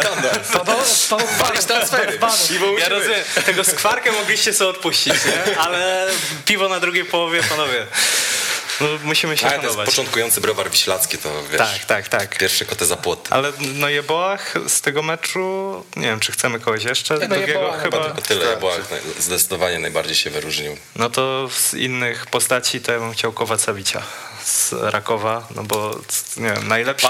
To Walić transfery. Ja rozumiem, tego skwarkę mogliście sobie odpuścić, nie? Ale piwo na drugiej połowie, panowie, no, musimy się To jest szanować. początkujący browar wiślacki, to wiesz, Tak. pierwsze koty za płoty. Ale no Jebołach z tego meczu, nie wiem, czy chcemy kogoś jeszcze? Drugiego Jebołach chyba. Tylko tyle, Jebołach zdecydowanie najbardziej się wyróżnił. No to z innych postaci to ja bym chciał Kowacewicia z Rakowa, no bo nie wiem,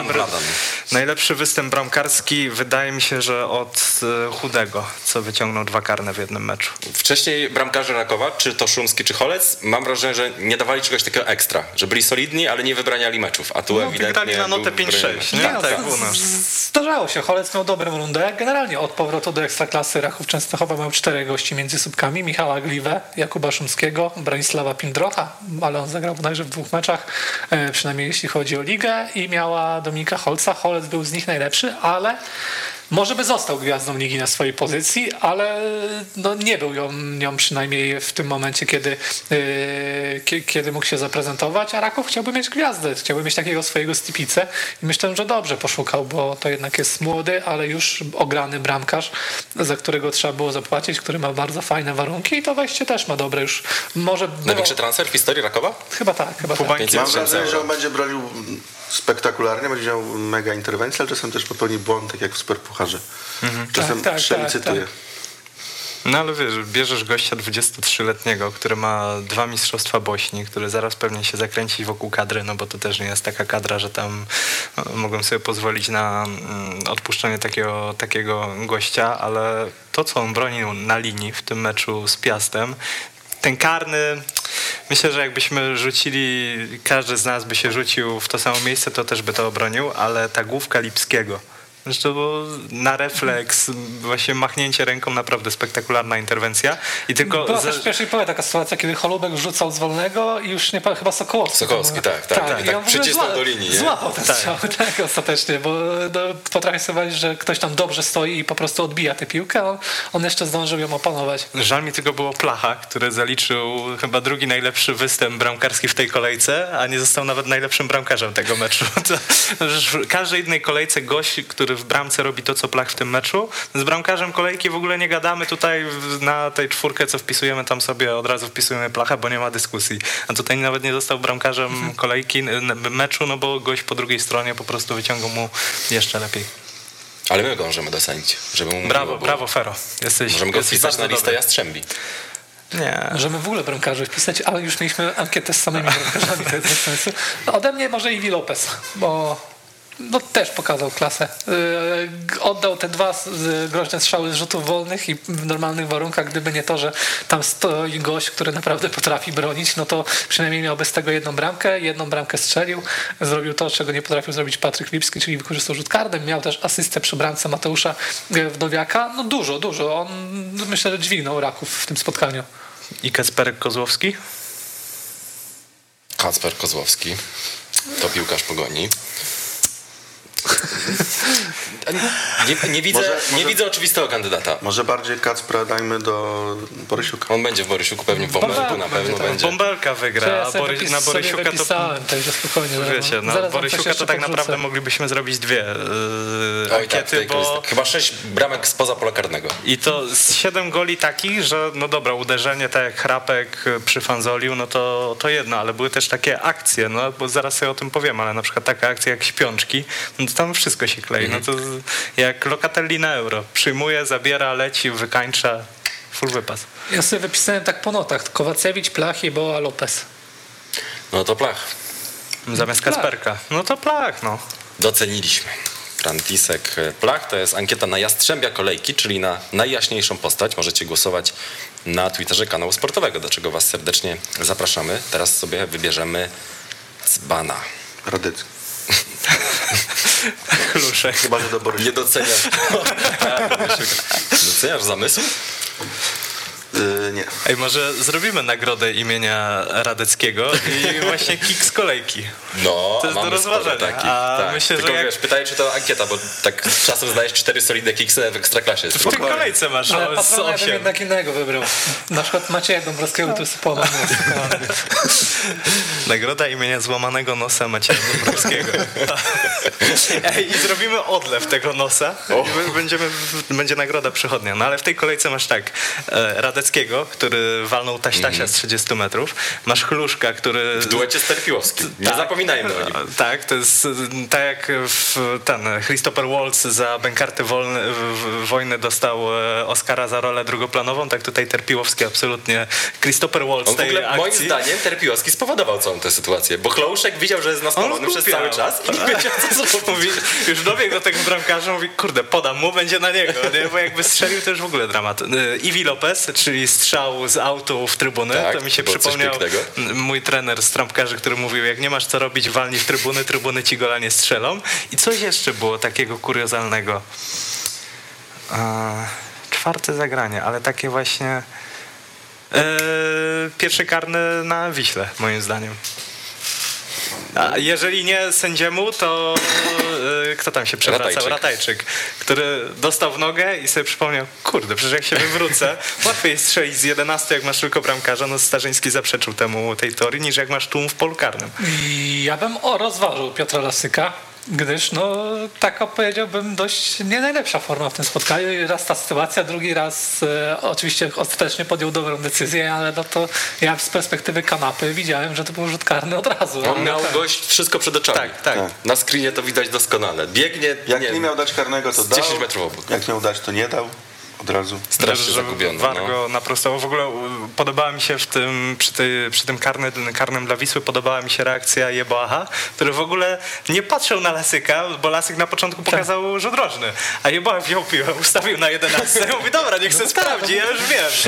najlepszy występ bramkarski wydaje mi się, że od Chudego, co wyciągnął 2 karne w jednym meczu. Wcześniej bramkarze Rakowa, czy to Szumski, czy Holec, mam wrażenie, że nie dawali czegoś takiego ekstra, że byli solidni, ale nie wybraniali meczów, a tu ewidentnie grali na notę był 5-6, nie? Tak, Jak u nas. Zdarzało się, Holec miał dobrą rundę. Generalnie od powrotu do Ekstraklasy Rachów Częstochowa miał 4 gości między słupkami. Michała Gliwę, Jakuba Szumskiego, Bronisława Pindrocha, ale on zagrał bodajże w 2 meczach, przynajmniej jeśli chodzi o ligę, i miała Dominika Holca. Holec był z nich najlepszy, ale może by został gwiazdą ligi na swojej pozycji, ale no nie był nią przynajmniej w tym momencie, kiedy mógł się zaprezentować, a Raków chciałby mieć gwiazdę, chciałby mieć takiego swojego Stipicę i myślę, że dobrze poszukał, bo to jednak jest młody, ale już ograny bramkarz, za którego trzeba było zapłacić, który ma bardzo fajne warunki i to wejście też ma dobre już. Może było... Największy transfer w historii Rakowa? Chyba tak. Mam wrażenie, że on będzie bronił spektakularnie, będzie miał mega interwencję, ale czasem też popełni błąd, tak jak w Superpucharze. Czasem przelicytuje. No ale wiesz, bierzesz gościa 23-letniego, który ma 2 mistrzostwa Bośni, który zaraz pewnie się zakręci wokół kadry, no bo to też nie jest taka kadra, że tam mogłem sobie pozwolić na odpuszczenie takiego gościa, ale to, co on bronił na linii w tym meczu z Piastem, ten karny, myślę, że jakbyśmy rzucili, każdy z nas by się rzucił w to samo miejsce, to też by to obronił, ale ta główka Lipskiego, zresztą bo na refleks, właśnie machnięcie ręką, naprawdę spektakularna interwencja. I tylko była też w pierwszej połowie taka sytuacja, kiedy Holubek rzucał z wolnego i już nie chyba Sokołowski. Sokołowski, tak. I on przycisnął do linii, nie? Złapał ten strzał, tak, ostatecznie, bo potrafię sobie wyobrazić, że ktoś tam dobrze stoi i po prostu odbija tę piłkę, on jeszcze zdążył ją opanować. Żal mi tylko było Placha, który zaliczył chyba 2. najlepszy występ bramkarski w tej kolejce, a nie został nawet najlepszym bramkarzem tego meczu. W każdej innej kolejce gość, który w bramce robi to, co Plach w tym meczu. Z bramkarzem kolejki w ogóle nie gadamy tutaj na tej 4, co wpisujemy tam sobie, od razu wpisujemy Placha, bo nie ma dyskusji. A tutaj nawet nie został bramkarzem kolejki, meczu, no bo gość po drugiej stronie po prostu wyciągał mu jeszcze lepiej. Ale my go możemy docenić, żeby mu Brawo Fero. Możemy go wpisać na listę Jastrzębi. Nie. Możemy w ogóle bramkarzy wpisać, ale już mieliśmy ankietę z samymi bramkarzami, to jest bez sensu. No, ode mnie może Iwi Lopez, bo też pokazał klasę. Oddał te 2 groźne strzały z rzutów wolnych i w normalnych warunkach, gdyby nie to, że tam stoi gość, który naprawdę potrafi bronić, no to przynajmniej miałby z tego jedną bramkę strzelił, zrobił to, czego nie potrafił zrobić Patryk Lipski, czyli wykorzystał rzut karny, miał też asystę przy bramce Mateusza Wdowiaka. No dużo. On myślę, że dźwignął Raków w tym spotkaniu. I Kacperek Kozłowski? Kacper Kozłowski to piłkarz Pogoni. Nie widzę oczywistego kandydata. Może bardziej Kacpra dajmy do Borysiuka. On będzie w Borysiuku, pewnie w Bąbelku na pewno będzie. Bąbelka wygra, a na Borysiuka to... Także spokojnie. Wiecie, na Borysiuka to tak naprawdę moglibyśmy zrobić dwie ankiety, bo... Chyba 6 bramek spoza pola karnego. I to z 7 goli takich, że no dobra, uderzenie tak jak Chrapek przyfanzolił, no to jedno, ale były też takie akcje, no bo zaraz sobie o tym powiem, ale na przykład taka akcja jak Śpiączki, no to tam wszystko się klei, no to jak Locatelli na Euro, przyjmuje, zabiera, leci, wykańcza, full wypas. Ja sobie wypisałem tak po notach, Kowacewicz, Plach i Boa Lopez. No to Plach. Zamiast Kacperka. No to Plach, no. Doceniliśmy. Frantisek Plach to jest ankieta na Jastrzębia Kolejki, czyli na najjaśniejszą postać. Możecie głosować na Twitterze kanału sportowego, do czego was serdecznie zapraszamy. Teraz sobie wybierzemy dzbana. Radycki. Chluszek. Chyba, że do Borysiuka. Nie doceniasz. Doceniasz zamysł? Nie. Ej, może zrobimy nagrodę imienia Radeckiego i właśnie kick z kolejki. No, to jest do rozważenia. Tak. Myślę, tylko że wiesz, pytaj, czy to ankieta, bo tak czasem znajesz 4 solidne kicksy w Ekstraklasie. w tej kolejce masz Ale z patrona ja bym 8. jednak innego wybrał. Na przykład Macieja Dąbrowskiego, to jest pomysł. Nagroda imienia złamanego nosa Macieja Dąbrowskiego. Ej, i zrobimy odlew tego nosa. I będzie nagroda przychodnia. No ale w tej kolejce masz tak, Radeckiego, który walnął Taśtasia z 30 metrów. Masz Chluszka, który... W duecie z Terpiłowskim. Nie zapominajmy o nim. Tak, to jest tak jak Christopher Waltz za Bękarty Wojny dostał Oscara za rolę drugoplanową, tak tutaj Terpiłowski absolutnie Christopher Waltz On w tej ogóle, akcji. moim zdaniem Terpiłowski spowodował całą tę sytuację, bo Chlouszek widział, że jest naspalony przez cały czas i nie wiedział, co zrobić. Już dobiegł do tego bramkarza, mówi, kurde, podam mu, będzie na niego, nie? Bo jakby strzelił, to już w ogóle dramat. Iwi Lopez, czyli strzał z autu w trybuny, Tak, to mi się to było coś przypomniał pięknego. mój trener z trampkarzy, który mówił, jak nie masz co robić, walnij w trybuny, trybuny ci gola nie strzelą. I coś jeszcze było takiego kuriozalnego. Czwarte zagranie, ale takie właśnie pierwszy karny na Wiśle, moim zdaniem. A jeżeli nie sędziemu, to kto tam się przewracał? Ratajczyk, który dostał w nogę i sobie przypomniał, kurde, przecież jak się wywrócę, łatwiej jest strzelić z 11, jak masz tylko bramkarza. No Starzyński zaprzeczył tej teorii, niż jak masz tłum w polu karnym. I ja bym rozważył Piotra Lasyka, gdyż taka powiedziałbym dość nie najlepsza forma w tym spotkaniu. Raz ta sytuacja, drugi raz oczywiście ostatecznie podjął dobrą decyzję, ale to ja z perspektywy kanapy widziałem, że to był rzut karny od razu. On miał gość wszystko przed oczami. Tak. Na screenie to widać doskonale. Biegnie, Jak nie miał dać karnego, to dał. 10 metrów obok. Jak miał dać, to nie dał. Od razu. Strasznie zagubiony. Wargo naprostował. W ogóle podobała mi się przy tym karnym dla Wisły podobała mi się reakcja Jeboaha, który w ogóle nie patrzył na Lasyka, bo Lasyk na początku pokazał rzut rożny, a Jeboah wziął piłę, ustawił na 11. Mówi, dobra, niech se sprawdzi, ja już wiem.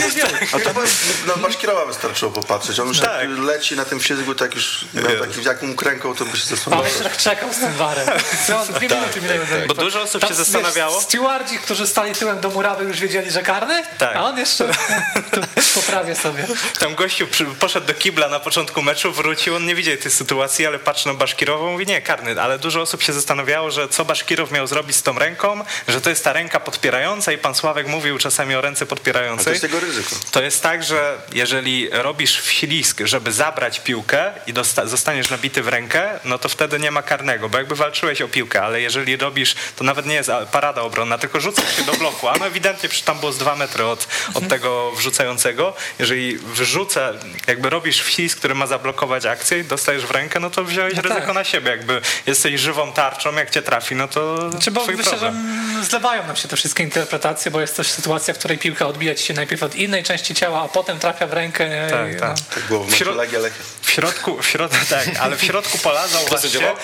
A to na Baszkirowa wystarczyło popatrzeć. On już jak leci na tym wślizgu, tak już miał taki, jak mu kręką, to by się zasłonił. Ale jeszcze czekał z tym warem. 2 minuty minęły. Bo dużo osób się zastanawiało. Stewardzi, którzy stali tyłem do murawy, już wiedzieli, że karny? Tak. A on jeszcze poprawię sobie. Tam gościu poszedł do kibla na początku meczu, wrócił, on nie widział tej sytuacji, ale patrzy na Baszkirową, mówi nie, karny, ale dużo osób się zastanawiało, że co Baszkirow miał zrobić z tą ręką, że to jest ta ręka podpierająca i pan Sławek mówił czasami o ręce podpierającej. To jest tego ryzyko. To jest tak, że jeżeli robisz wślizg, żeby zabrać piłkę i zostaniesz nabity w rękę, no to wtedy nie ma karnego, bo jakby walczyłeś o piłkę, ale jeżeli robisz, to nawet nie jest parada obronna, tylko rzucasz się do bloku, a no ewidentnie przecież tam było z 2 metry od tego wrzucającego. Jeżeli wrzucę, jakby robisz wślizg, który ma zablokować akcję i dostajesz w rękę, no to wziąłeś ryzyko na siebie. Jakby jesteś żywą tarczą, jak cię trafi, no to twój myślę, problem. że zlewają nam się te wszystkie interpretacje, bo jest też sytuacja, w której piłka odbija ci się najpierw od innej części ciała, a potem trafia w rękę. Tak. Tak było w meczu Legia Lechia. W środku, tak, ale w środku pola zauważcie,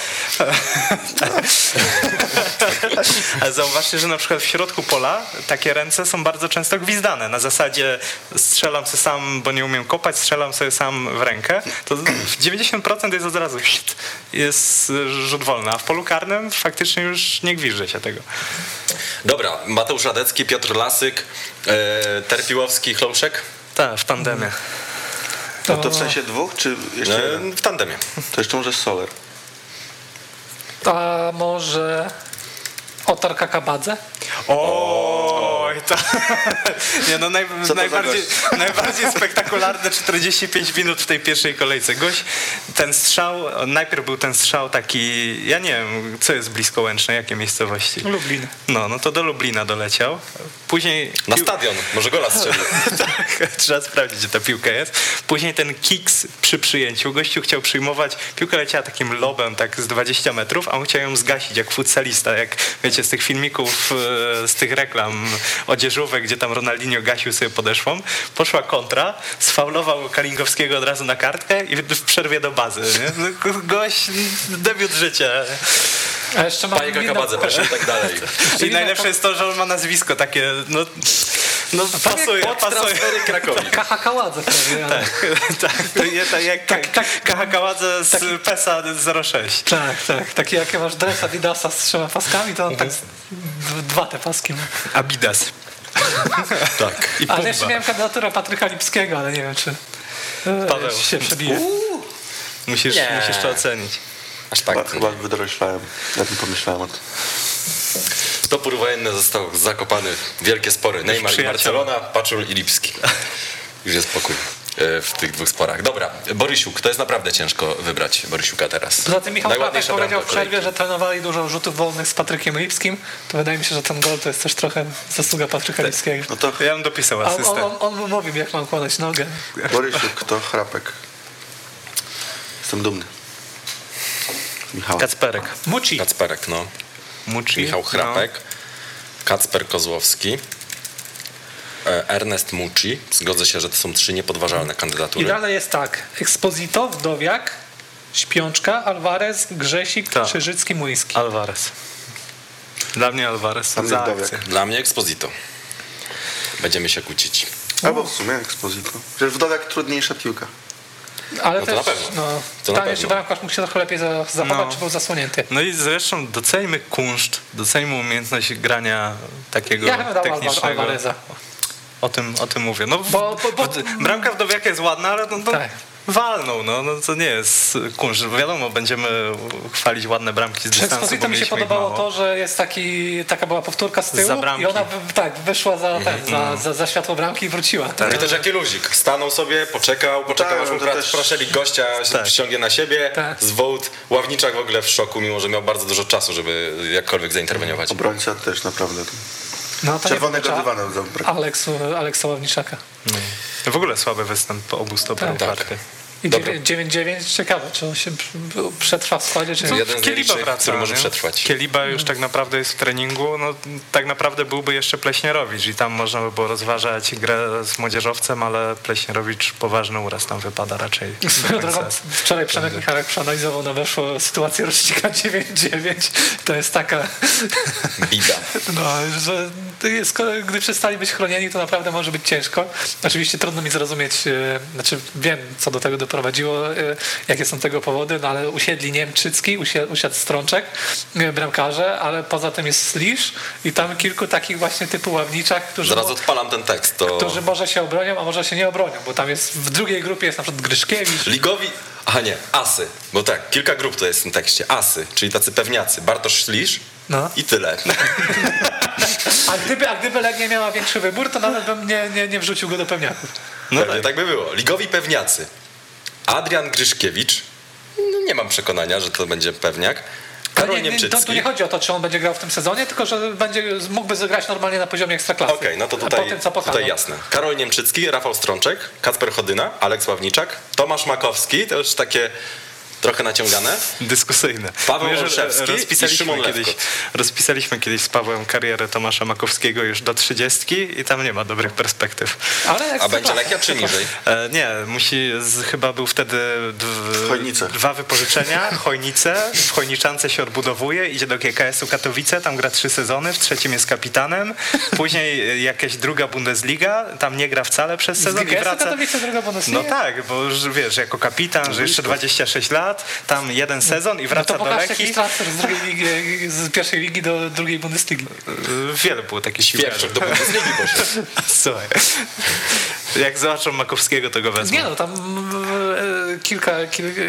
ale zauważcie, że na przykład w środku pola takie ręce są bardzo często gwizdane. Na zasadzie strzelam sobie sam, bo nie umiem kopać, strzelam sobie sam w rękę. To 90% jest od razu jest rzut wolny, a w polu karnym faktycznie już nie gwizdże się tego. Dobra, Mateusz Radecki, Piotr Lasyk, Terpiłowski, Chlouszek? Tak, w tandemie. To w sensie dwóch, czy jeszcze jeden? W tandemie. To jeszcze może Soler. A może Otar Kakabadze? Oj, to... Nie, no Co to najbardziej spektakularne 45 minut w tej pierwszej kolejce. Gość, ten strzał, najpierw był ten strzał taki, ja nie wiem, co jest blisko Łęcznej, jakie miejscowości? Lublin. No to do Lublina doleciał. Później... Na stadion, może gola strzelił. Tak, trzeba sprawdzić, gdzie ta piłka jest. Później ten kiks przy przyjęciu. Gościu chciał przyjmować, piłka leciała takim lobem, tak z 20 metrów, a on chciał ją zgasić jak futsalista, jak wiecie, z tych filmików, z tych reklam odzieżówek, gdzie tam Ronaldinho gasił sobie podeszwą. Poszła kontra, sfaulował Kalingowskiego od razu na kartkę i w przerwie do bazy. Nie? No, gość, debiut życia. A jeszcze mam Panie Kakabadze, proszę i tak dalej. I najlepsze jest to, że on ma nazwisko takie, no pasuje. Transfery Krakowi. Kahakaładze prawie. Ale... Tak, jak Kahakaładze z PESA 06. Tak. Taki jak masz dres Adidasa z 3 paskami, to on tak 2 te paski ma. Adidas. Tak. I Ale jeszcze Pumba. miałem kandydaturę Patryka Lipskiego, ale nie wiem, czy Paweł. się przebije. Musisz to ocenić. Aż tak. Chyba wydoroślałem, ja tym pomyślałem o tym. Topór wojenny został zakopany. Wielkie spory. Neymar i przyjaciele. Barcelona, Paczul i Lipski. Już jest spokój w tych 2 sporach. Dobra, Borysiuk. To jest naprawdę ciężko wybrać Borysiuka teraz. Poza tym Michał Pawek Najładniejsza powiedział w bramka przerwie, kolejki. że trenowali dużo rzutów wolnych z Patrykiem Lipskim. To wydaje mi się, że ten gol to jest też trochę zasługa Patryka Lipskiego. No to Ja bym dopisał A asystę. on mówił, jak mam kładać nogę. Borysiuk to Chrapek. Jestem dumny. Michał. Kacperek. Muci. Kacperek, no. Muci. Michał Chrapek. Kacper Kozłowski. Ernest Mucci. Zgodzę się, że to są 3 niepodważalne I kandydatury. dalej jest tak. Exposito, Wdowiak, Śpiączka, Alvarez, Grzesik, Tak. Krzyżycki, Młyński. Alvarez. Dla mnie Alvarez. Dla mnie Za Wdowiak. akcję. Dla mnie Exposito. Będziemy się kłócić. Albo w sumie Exposito. Przecież Wdowiak trudniejsza piłka. Ale No to też, na pewno. no, To na tam jeszcze pewno. bramkarz mógł się trochę lepiej zachować, No. czy był zasłonięty. No i zresztą doceńmy kunszt, doceńmy umiejętność grania takiego Ja bym dał technicznego. Alvareza. O tym mówię. No, Bo- bramka Wdowiaka jest ładna, ale no, Tak. walnął. No to nie jest kunszt. Wiadomo, będziemy chwalić ładne bramki z Przy dystansu, bo Exposito mi się mieliśmy ich podobało mało. to, że jest taka była powtórka z tyłu Za bramki. i ona wyszła za światło bramki i wróciła. I też jaki luzik. Stanął sobie, poczekał Tak, aż mu no to też- proszelik gościa Tak. ściągnie na siebie. Tak. Zwołt. Ławniczak w ogóle w szoku, mimo że miał bardzo dużo czasu, żeby jakkolwiek zainterweniować. Obrońca też naprawdę. No, to Czerwonego nie dywanu zabrakło. Aleksa Ławniczaka. W ogóle słaby występ obu stoperów Tak. Warty. I Dobra. 9-9, ciekawe, czy on się przetrwa w składzie, czy nie. Jeden z Kieliba najlepszych, wraca, który może nie? przetrwać. Kieliba już tak naprawdę jest w treningu, no tak naprawdę byłby jeszcze Pleśnierowicz i tam można by było rozważać grę z młodzieżowcem, ale Pleśnierowicz poważny uraz tam wypada raczej. Swoją drogą, wczoraj Przemek Michalek przeanalizował na weszło sytuację rocznika 9-9. To jest taka, Bida. no, że gdy przestali być chronieni, to naprawdę może być ciężko. Oczywiście trudno mi zrozumieć, znaczy wiem, co do tego doprowadziło, jakie są tego powody, no ale usiedli Niemczycki, usiadł Strączek, bramkarze, ale poza tym jest Slisz i tam kilku takich właśnie typu Ławniczak, Zaraz odpalam ten tekst. którzy może się obronią, a może się nie obronią, bo tam jest w drugiej grupie jest na przykład Gryszkiewicz. Ligowi... Aha nie, asy. Bo tak, kilka grup to jest w tym tekście. Asy, czyli tacy pewniacy. Bartosz Szlisz No. i tyle. A gdyby Legia miała większy wybór, to nawet bym nie wrzucił go do pewniaków. No pewnie tak by było. Ligowi pewniacy. Adrian Gryszkiewicz. No, nie mam przekonania, że to będzie pewniak. Karol Niemczycki. Tu nie chodzi o to, czy on będzie grał w tym sezonie, tylko że mógłby zagrać normalnie na poziomie ekstraklasy. Okej, no to po tutaj, tym, co pokazał. tutaj jasne. Karol Niemczycki, Rafał Strączek, Kacper Chodyna, Aleks Ławniczak, Tomasz Makowski, to już takie trochę naciągane. Dyskusyjne. Paweł My już Olszewski i Szymon Lewkot. rozpisaliśmy kiedyś z Pawłem karierę Tomasza Makowskiego już do 30 i tam nie ma dobrych perspektyw. Ale A będzie Lechia czy niżej? Nie, chyba był wtedy Chojnice. 2 wypożyczenia, Chojnice, w Chojniczance się odbudowuje, idzie do GKS-u Katowice, tam gra 3 sezony, w 3 jest kapitanem, później jakaś druga Bundesliga, tam nie gra wcale przez sezon i wraca. Katowice, druga Bundesliga? No tak, bo już, wiesz, jako kapitan, że jeszcze 26 lat, tam 1 sezon i No wraca to do pokażcie Lechii. jakiś transfer z pierwszej ligi do drugiej Bundesligi. Wiele było takich Świerczek piłkarzy. do Bundesligi poszedł. Słuchaj, jak zobaczą Makowskiego, to go wezmą. Nie no, tam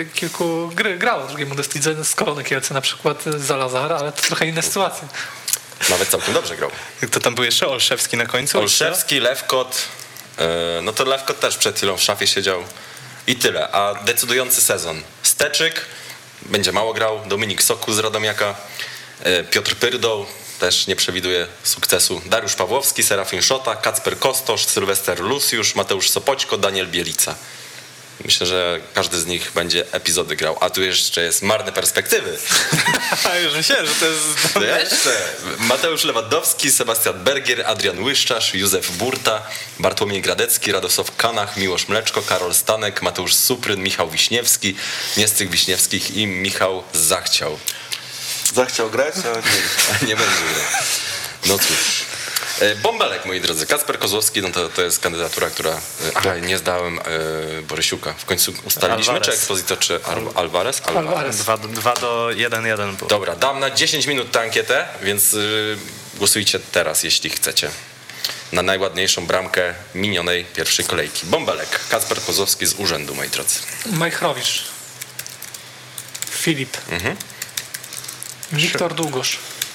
kilku grało w drugiej Bundeslidze, z Korony Kielce na przykład, Zalazar, ale to trochę inne sytuacje. nawet całkiem dobrze grał. Kto tam był jeszcze? Olszewski na końcu? Olszewski, Lewkot, no to Lewkot też przed chwilą w szafie siedział i tyle. A decydujący sezon Steczyk, będzie mało grał, Dominik Soku z Radomiaka, Piotr Pyrdoł, też nie przewiduje sukcesu, Dariusz Pawłowski, Serafin Szota, Kacper Kostosz, Sylwester Lusiusz, Mateusz Sopoćko, Daniel Bielica. Myślę, że każdy z nich będzie epizody grał. A tu jeszcze jest marne perspektywy. Już myślałem, że to jest... To jeszcze Mateusz Lewandowski, Sebastian Bergier, Adrian Łyszczarz, Józef Burta, Bartłomiej Gradecki, Radosław Kanach, Miłosz Mleczko, Karol Stanek, Mateusz Supryn, Michał Wiśniewski, nie z tych Wiśniewskich i Michał Zachciał. Zachciał grać, ale Nie będzie grał. No cóż. Bąbelek, moi drodzy. Kacper Kozłowski, no to jest kandydatura, która... Aha, nie zdałem Borysiuka. W końcu ustaliliśmy, Alvarez. czy Exposito, czy Alvarez? Alvarez. 2-1-1 był. Dobra, dam na 10 minut tę ankietę, więc głosujcie teraz, jeśli chcecie. Na najładniejszą bramkę minionej pierwszej kolejki. Bąbelek, Kacper Kozłowski z urzędu, moi drodzy. Majchrowicz. Filip. Wiktor Długosz.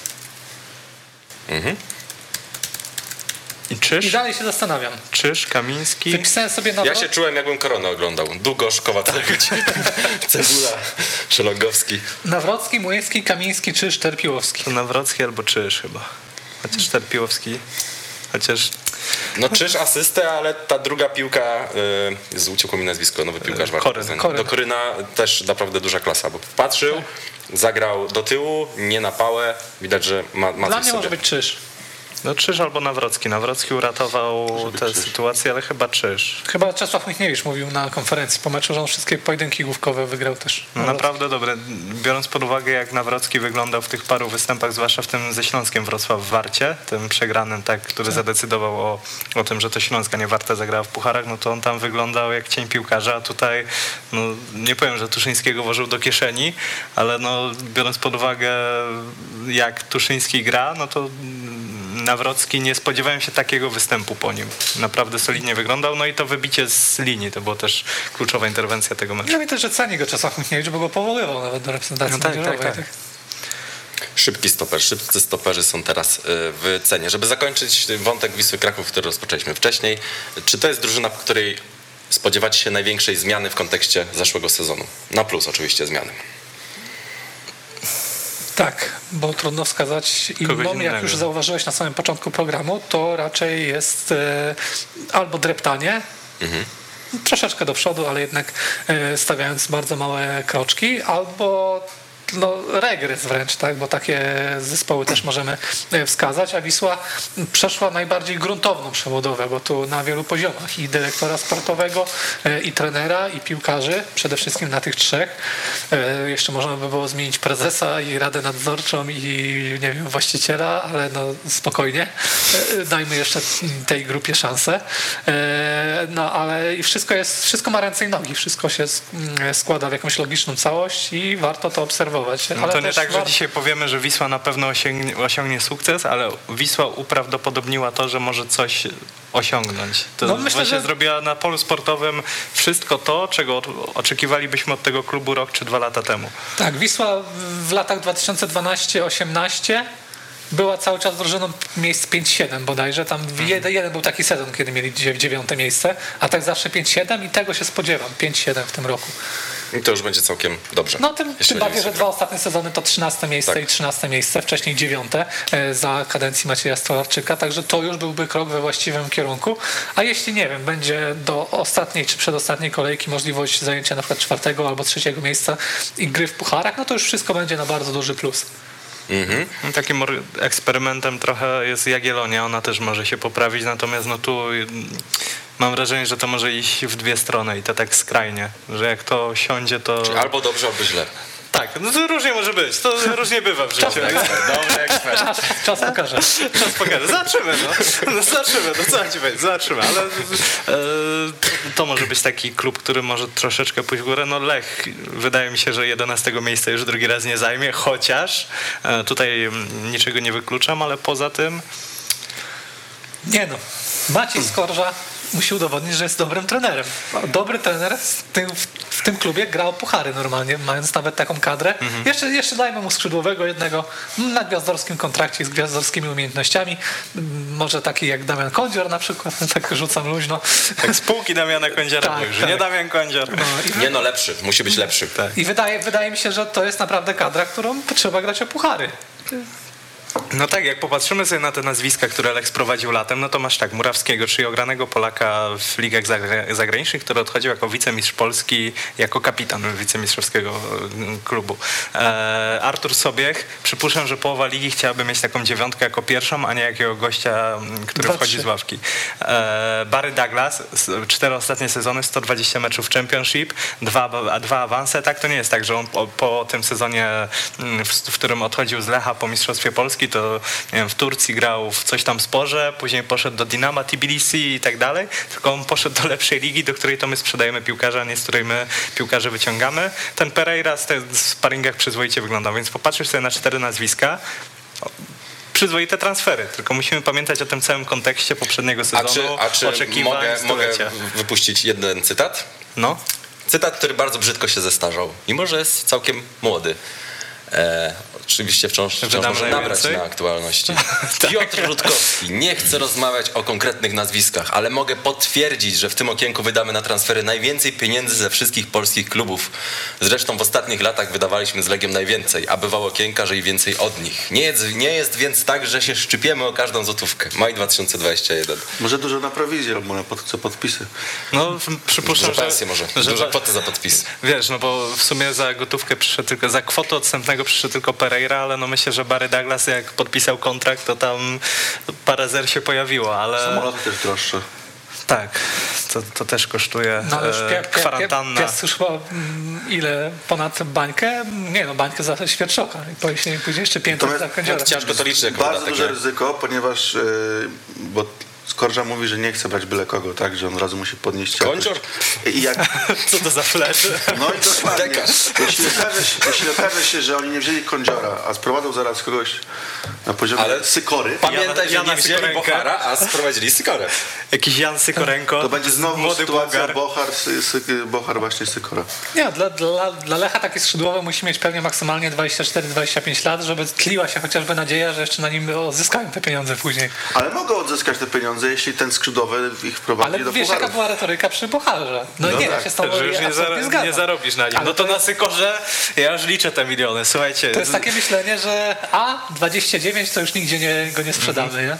I Czyż? I dalej się zastanawiam. Czyż, Kamiński. Wypisałem sobie na Ja się czułem, jakbym koronę oglądał. Długosz, Kowacewicz, Cebula, Szelongowski. Nawrocki, Młyński, Kamiński, Czyż, Terpiłowski. To Nawrocki albo Czyż chyba. Chociaż Terpiłowski. Chociaż... No Czyż asystę, ale ta druga piłka, uciekło mi nazwisko, nowy piłkarz Koryn. do Koryna też naprawdę duża klasa, bo patrzył, zagrał do tyłu, nie na pałę, widać, że ma Dla coś mnie sobie. może być Czyż. No Czyż albo Nawrocki. Nawrocki uratował tę sytuację, ale chyba Czyż. Chyba Czesław Michniewicz mówił na konferencji po meczu, że on wszystkie pojedynki główkowe wygrał też. No naprawdę dobre. Biorąc pod uwagę, jak Nawrocki wyglądał w tych paru występach, zwłaszcza w tym ze Śląskiem Wrocław w Warcie, tym przegranym, który zadecydował o tym, że to Śląska nie Warta zagrała w pucharach, no to on tam wyglądał jak cień piłkarza, a tutaj no, nie powiem, że Tuszyńskiego włożył do kieszeni, ale no, biorąc pod uwagę, jak Tuszyński gra, no to Nawrocki, nie spodziewałem się takiego występu po nim. Naprawdę solidnie wyglądał, no i to wybicie z linii, to była też kluczowa interwencja tego meczu. Ja mi też, że ceni go Czesław Michniewicz, bo go powoływał nawet do reprezentacji młodzieżowej. tak. Szybki stoper, szybcy stoperzy są teraz w cenie. Żeby zakończyć wątek Wisły Kraków, który rozpoczęliśmy wcześniej, czy to jest drużyna, po której spodziewacie się największej zmiany w kontekście zeszłego sezonu? Na plus oczywiście zmiany. Tak, bo trudno wskazać Kogoś inną, jak innego. już zauważyłeś na samym początku programu, to raczej jest albo dreptanie, troszeczkę do przodu, ale jednak stawiając bardzo małe kroczki, albo regres wręcz, tak? Bo takie zespoły też możemy wskazać, a Wisła przeszła najbardziej gruntowną przebudowę, bo tu na wielu poziomach i dyrektora sportowego, i trenera, i piłkarzy, przede wszystkim na tych trzech. Jeszcze można by było zmienić prezesa i radę nadzorczą i nie wiem, właściciela, ale no spokojnie, dajmy jeszcze tej grupie szansę. No ale i wszystko ma ręce i nogi, wszystko się składa w jakąś logiczną całość i warto to obserwować. No ale to nie też tak, że dzisiaj powiemy, że Wisła na pewno osiągnie sukces, ale Wisła uprawdopodobniła to, że może coś osiągnąć. To No, myślę, właśnie że zrobiła na polu sportowym wszystko to, czego oczekiwalibyśmy od tego klubu rok czy 2 lata temu. Tak, Wisła w latach 2012-18 była cały czas drużyną miejsc 5-7 bodajże. Tam jeden był taki sezon, kiedy mieli 9. miejsce, a tak zawsze 5-7 i tego się spodziewam. 5-7 w tym roku. I to już będzie całkiem dobrze. No tym bardziej, że 2 ostatnie sezony to 13 miejsce Tak. i 13 miejsce, wcześniej 9 za kadencji Macieja Stolarczyka, także to już byłby krok we właściwym kierunku. A jeśli, nie wiem, będzie do ostatniej czy przedostatniej kolejki możliwość zajęcia na przykład 4. albo 3. miejsca i gry w pucharach, no to już wszystko będzie na bardzo duży plus. Takim eksperymentem trochę jest Jagiellonia, ona też może się poprawić, natomiast no tu mam wrażenie, że to może iść w dwie strony i to tak skrajnie, że jak to siądzie, to... Czyli albo dobrze, albo źle. Tak, no to różnie może być, to różnie bywa w życiu. Dobry ekspert. Czas pokaże. Czas pokaże. Zobaczymy, co ci powiedzieć, zobaczymy, ale to może być taki klub, który może troszeczkę pójść w górę. No Lech, wydaje mi się, że 11 miejsca już drugi raz nie zajmie, chociaż tutaj niczego nie wykluczam, ale poza tym... Nie no, Maciej Skorża, musi udowodnić, że jest dobrym trenerem. Dobry trener w tym klubie grał puchary normalnie, mając nawet taką kadrę. Jeszcze dajmy mu skrzydłowego jednego na gwiazdorskim kontrakcie z gwiazdorskimi umiejętnościami. Może taki jak Damian Kądzior na przykład, tak rzucam luźno. Tak spółki Damiana Kądziora, Tak, już tak. nie Damian Kądzior. Lepszy, musi być lepszy. Tak. I wydaje mi się, że to jest naprawdę kadra, którą potrzeba grać o puchary. No tak, jak popatrzymy sobie na te nazwiska, które Lex prowadził latem, no to masz tak, Murawskiego, czyli ogranego Polaka w ligach zagranicznych, który odchodził jako wicemistrz Polski, jako kapitan wicemistrzowskiego klubu. Artur Sobiech, przypuszczam, że połowa ligi chciałaby mieć taką dziewiątkę jako pierwszą, a nie jakiego gościa, który wchodzi z ławki. Barry Douglas, 4 ostatnie sezony, 120 meczów w Championship, 2 awanse. Tak, to nie jest tak, że on po tym sezonie, w którym odchodził z Lecha po Mistrzostwie Polski, to nie wiem, w Turcji grał w coś tam sporze, później poszedł do Dinama Tbilisi i tak dalej, tylko on poszedł do lepszej ligi, do której to my sprzedajemy piłkarza, a nie z której my piłkarzy wyciągamy. Ten Pereira w sparingach przyzwoicie wyglądał, więc popatrzysz sobie na 4 nazwiska, przyzwoite transfery, tylko musimy pamiętać o tym całym kontekście poprzedniego sezonu, A czy oczekiwań, mogę stulecia. wypuścić jeden cytat? No. Cytat, który bardzo brzydko się zestarzał, mimo że jest całkiem młody. Oczywiście wciąż może nabrać na aktualności. Piotr Rutkowski nie chce rozmawiać o konkretnych nazwiskach, ale mogę potwierdzić, że w tym okienku wydamy na transfery najwięcej pieniędzy ze wszystkich polskich klubów. Zresztą w ostatnich latach wydawaliśmy z Legią najwięcej, a bywało okienka, że i więcej od nich. Nie jest więc tak, że się szczypiemy o każdą złotówkę. Maj 2021. Może dużo na prowizję albo na podpisy. No, przypuszczam, Duże pensje może, duże kwoty za podpis. Wiesz, no bo w sumie za gotówkę przyszedł tylko, za kwotę odstępnego przyszedł tylko Pereira, ale no myślę, że Barry Douglas jak podpisał kontrakt, to tam parę zer się pojawiło, ale... Samoloty też droższe. Tak, to też kosztuje. No ale już kwarantanna. Piast już chyba ile? Ponad bańkę? Nie no, bańkę za Świerczoka. I później jeszcze 500 za Kędziora. Ciężko to liczyć jako Bardzo dodatek, duże nie? ryzyko, ponieważ bo Skorża mówi, że nie chce brać byle kogo, tak, że on od razu musi podnieść ciało. Kądzior? I jak... Co to za flash? No i dokładnie. Jeśli okaże się, że oni nie wzięli Kądziora, a sprowadzą zaraz kogoś na poziomie Sykory, Pamiętaj, że Jana nie wzięli Sykorenka. Bochara, a sprowadzili Sykorę. Jakiś Jan Sykorenko. to będzie znowu młody sytuacja Bułgar. Bochar właśnie Sykora. Nie, dla Lecha takie skrzydłowe musi mieć pewnie maksymalnie 24-25 lat, żeby tliła się chociażby nadzieja, że jeszcze na nim odzyskają te pieniądze później. Ale mogą odzyskać te pieniądze, jeśli ten skrzydłowy ich wprowadzi Ale do wiesz, pucharu. jaka była retoryka przy Bocharze? No nie, tak, ja się z tobą Że już absolutnie zgadzam. nie zarobisz na nim. Ale No to na Sykorze ja już liczę te miliony. Słuchajcie. To jest takie myślenie, że 29 to już nigdzie go nie sprzedamy, nie?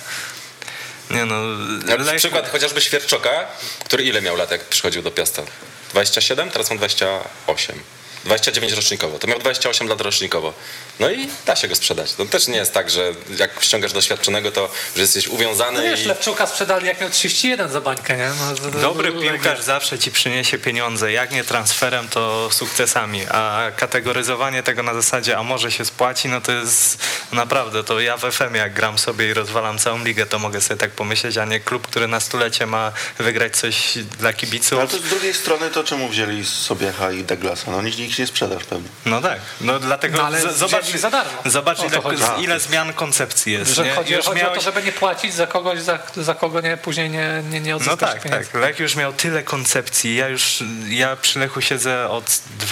Nie no, Na przykład chociażby Świerczoka, który ile miał lat, jak przychodził do Piasta? 27? Teraz mam 28. 29 rocznikowo. To miał 28 lat rocznikowo. No i da się go sprzedać. To też nie jest tak, że jak ściągasz doświadczonego, to że jesteś uwiązany No wiesz, i... Lewczuka sprzedali jak miał 31 za bańkę, nie? No, Dobry piłkarz zawsze ci przyniesie pieniądze. Jak nie transferem, to sukcesami. A kategoryzowanie tego na zasadzie, a może się spłaci, no to jest naprawdę, to ja w FM jak gram sobie i rozwalam całą ligę, to mogę sobie tak pomyśleć, a nie klub, który na stulecie ma wygrać coś dla kibiców. Ale to z drugiej strony to czemu wzięli Sobiecha i Douglasa? No ich nie sprzedasz pewnie. No tak, no dlatego No, ale zobacz, wzięli za darmo. zobacz O to chodzi. ile zmian koncepcji jest. Że nie? chodzi o to, żeby nie płacić za kogoś, za kogo później nie No odzyskasz tak, pieniędzy. tak. Lech już miał tyle koncepcji. Ja przy Lechu siedzę od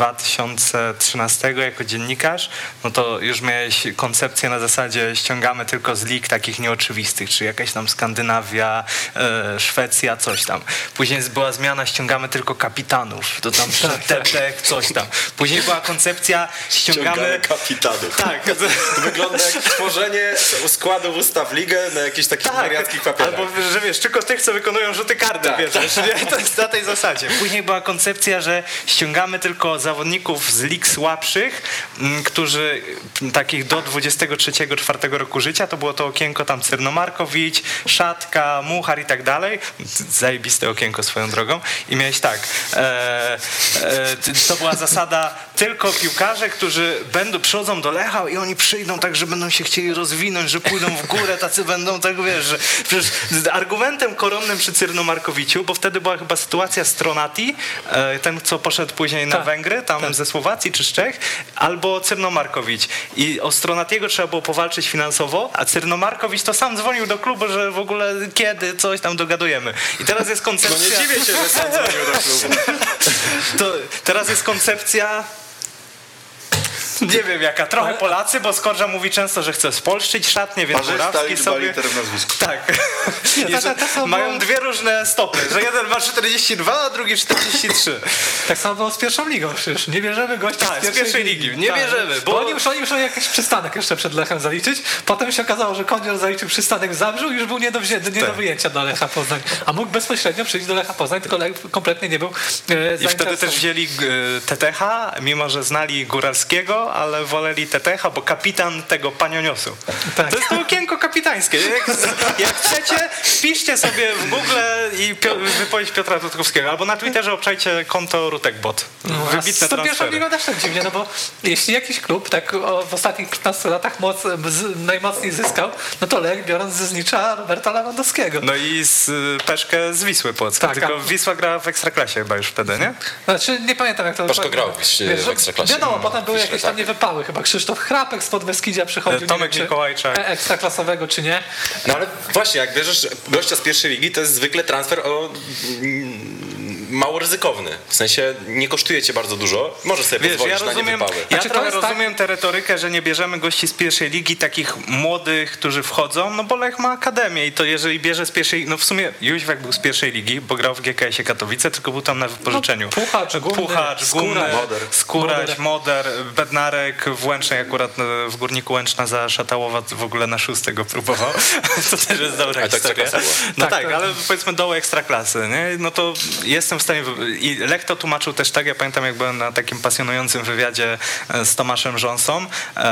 2013 jako dziennikarz, no to już miałeś koncepcję na zasadzie ściągamy tylko z lig takich nieoczywistych, czy jakaś tam Skandynawia, Szwecja, coś tam. Później była zmiana, ściągamy tylko kapitanów, to tam Tetek, coś tam. Później była koncepcja, ściągamy kapitanów. Tak. To wygląda jak tworzenie składu ustaw ligę na jakichś takich wariackich papierach. Albo, że wiesz, tylko tych, co wykonują rzuty karne, Tak, wiesz, nie? To jest na tej zasadzie. Później była koncepcja, że ściągamy tylko zawodników z lig słabszych, którzy takich do 23-4 roku życia, to było to okienko tam Cyrnomarkowicz, Szatka, Muchar i tak dalej. Zajebiste okienko swoją drogą. I miałeś tak, to była zasada pada tylko piłkarze, którzy przychodzą do Lecha i oni przyjdą tak, że będą się chcieli rozwinąć, że pójdą w górę, tacy będą, tak wiesz, że przecież argumentem koronnym przy Cyrno Markowiciu, bo wtedy była chyba sytuacja Stronati, ten, co poszedł później na Węgry, tam ze Słowacji czy z Czech, albo Cyrno Markowicz. I o Stronatiego trzeba było powalczyć finansowo, a Cyrno Markowicz to sam dzwonił do klubu, że w ogóle kiedy, coś tam dogadujemy. I teraz jest koncepcja... No nie dziwię się, że sam dzwonił do klubu. Teraz jest koncepcja... Nie wiem jaka, trochę Polacy, bo Skorża mówi często, że chce spolszczyć szatnie, więc Murawski sobie... w nazwisku. Tak. Mają dwie różne stopy, że jeden ma 42, a drugi 43. Tak samo było z pierwszą ligą przecież. Nie bierzemy gościa z pierwszej ligi. Nie bierzemy. Bo oni muszą jakiś przystanek jeszcze przed Lechem zaliczyć. Potem się okazało, że Kądzior zaliczył przystanek w Zabrzu i już był nie do wyjęcia do Lecha Poznań. A mógł bezpośrednio przyjść do Lecha Poznań, tylko Lech kompletnie nie był I wtedy też wzięli Tetecha, mimo że znali Góralskiego, ale woleli Tetecha, bo kapitan tego Panioniusu. Tak. To jest to okienko kapitańskie. Jak chcecie, wpiszcie sobie w Google i wypowiedź Piotra Rutkowskiego, albo na Twitterze obczajcie konto Rutekbot. Wybitne transfery. Pierwszą ligą też tak dziwnie, no bo jeśli jakiś klub tak w ostatnich 15 latach najmocniej zyskał, no to Lech biorąc ze znicza Roberta Lewandowskiego. No i z Peszkę z Wisły Płock. Tak, tylko Wisła gra w Ekstraklasie chyba już wtedy, nie? Znaczy nie pamiętam jak to... Peszko grał w Ekstraklasie. Wiadomo, potem były jakieś tam niewypały, chyba Krzysztof Chrapek spod Beskidzia przychodził. Tomek Mikołajczak. Ekstraklasowego czy nie. No ale właśnie, jak bierzesz gościa z pierwszej ligi, to jest zwykle transfer mało ryzykowny. W sensie nie kosztuje cię bardzo dużo. Możesz sobie pozwolić na niewypały. Ja trochę rozumiem tę retorykę, że nie bierzemy gości z pierwszej ligi, takich młodych, którzy wchodzą, no bo Lech ma akademię i to jeżeli bierze z pierwszej, no w sumie Jóźwek był z pierwszej ligi, bo grał w GKS-ie Katowice, tylko był tam na wypożyczeniu. Puchacz, Gumny, Skóraś, Moder, Bednarek w Łęcznej, akurat w Górniku Łęczna za Szatałowa w ogóle na 6 próbował. To też jest dobra historia. No tak, ale powiedzmy dołu Ekstraklasy, nie? No to jestem w stanie... I Lech to tłumaczył też tak, ja pamiętam jak byłem na takim pasjonującym wywiadzie z Tomaszem Rząsą.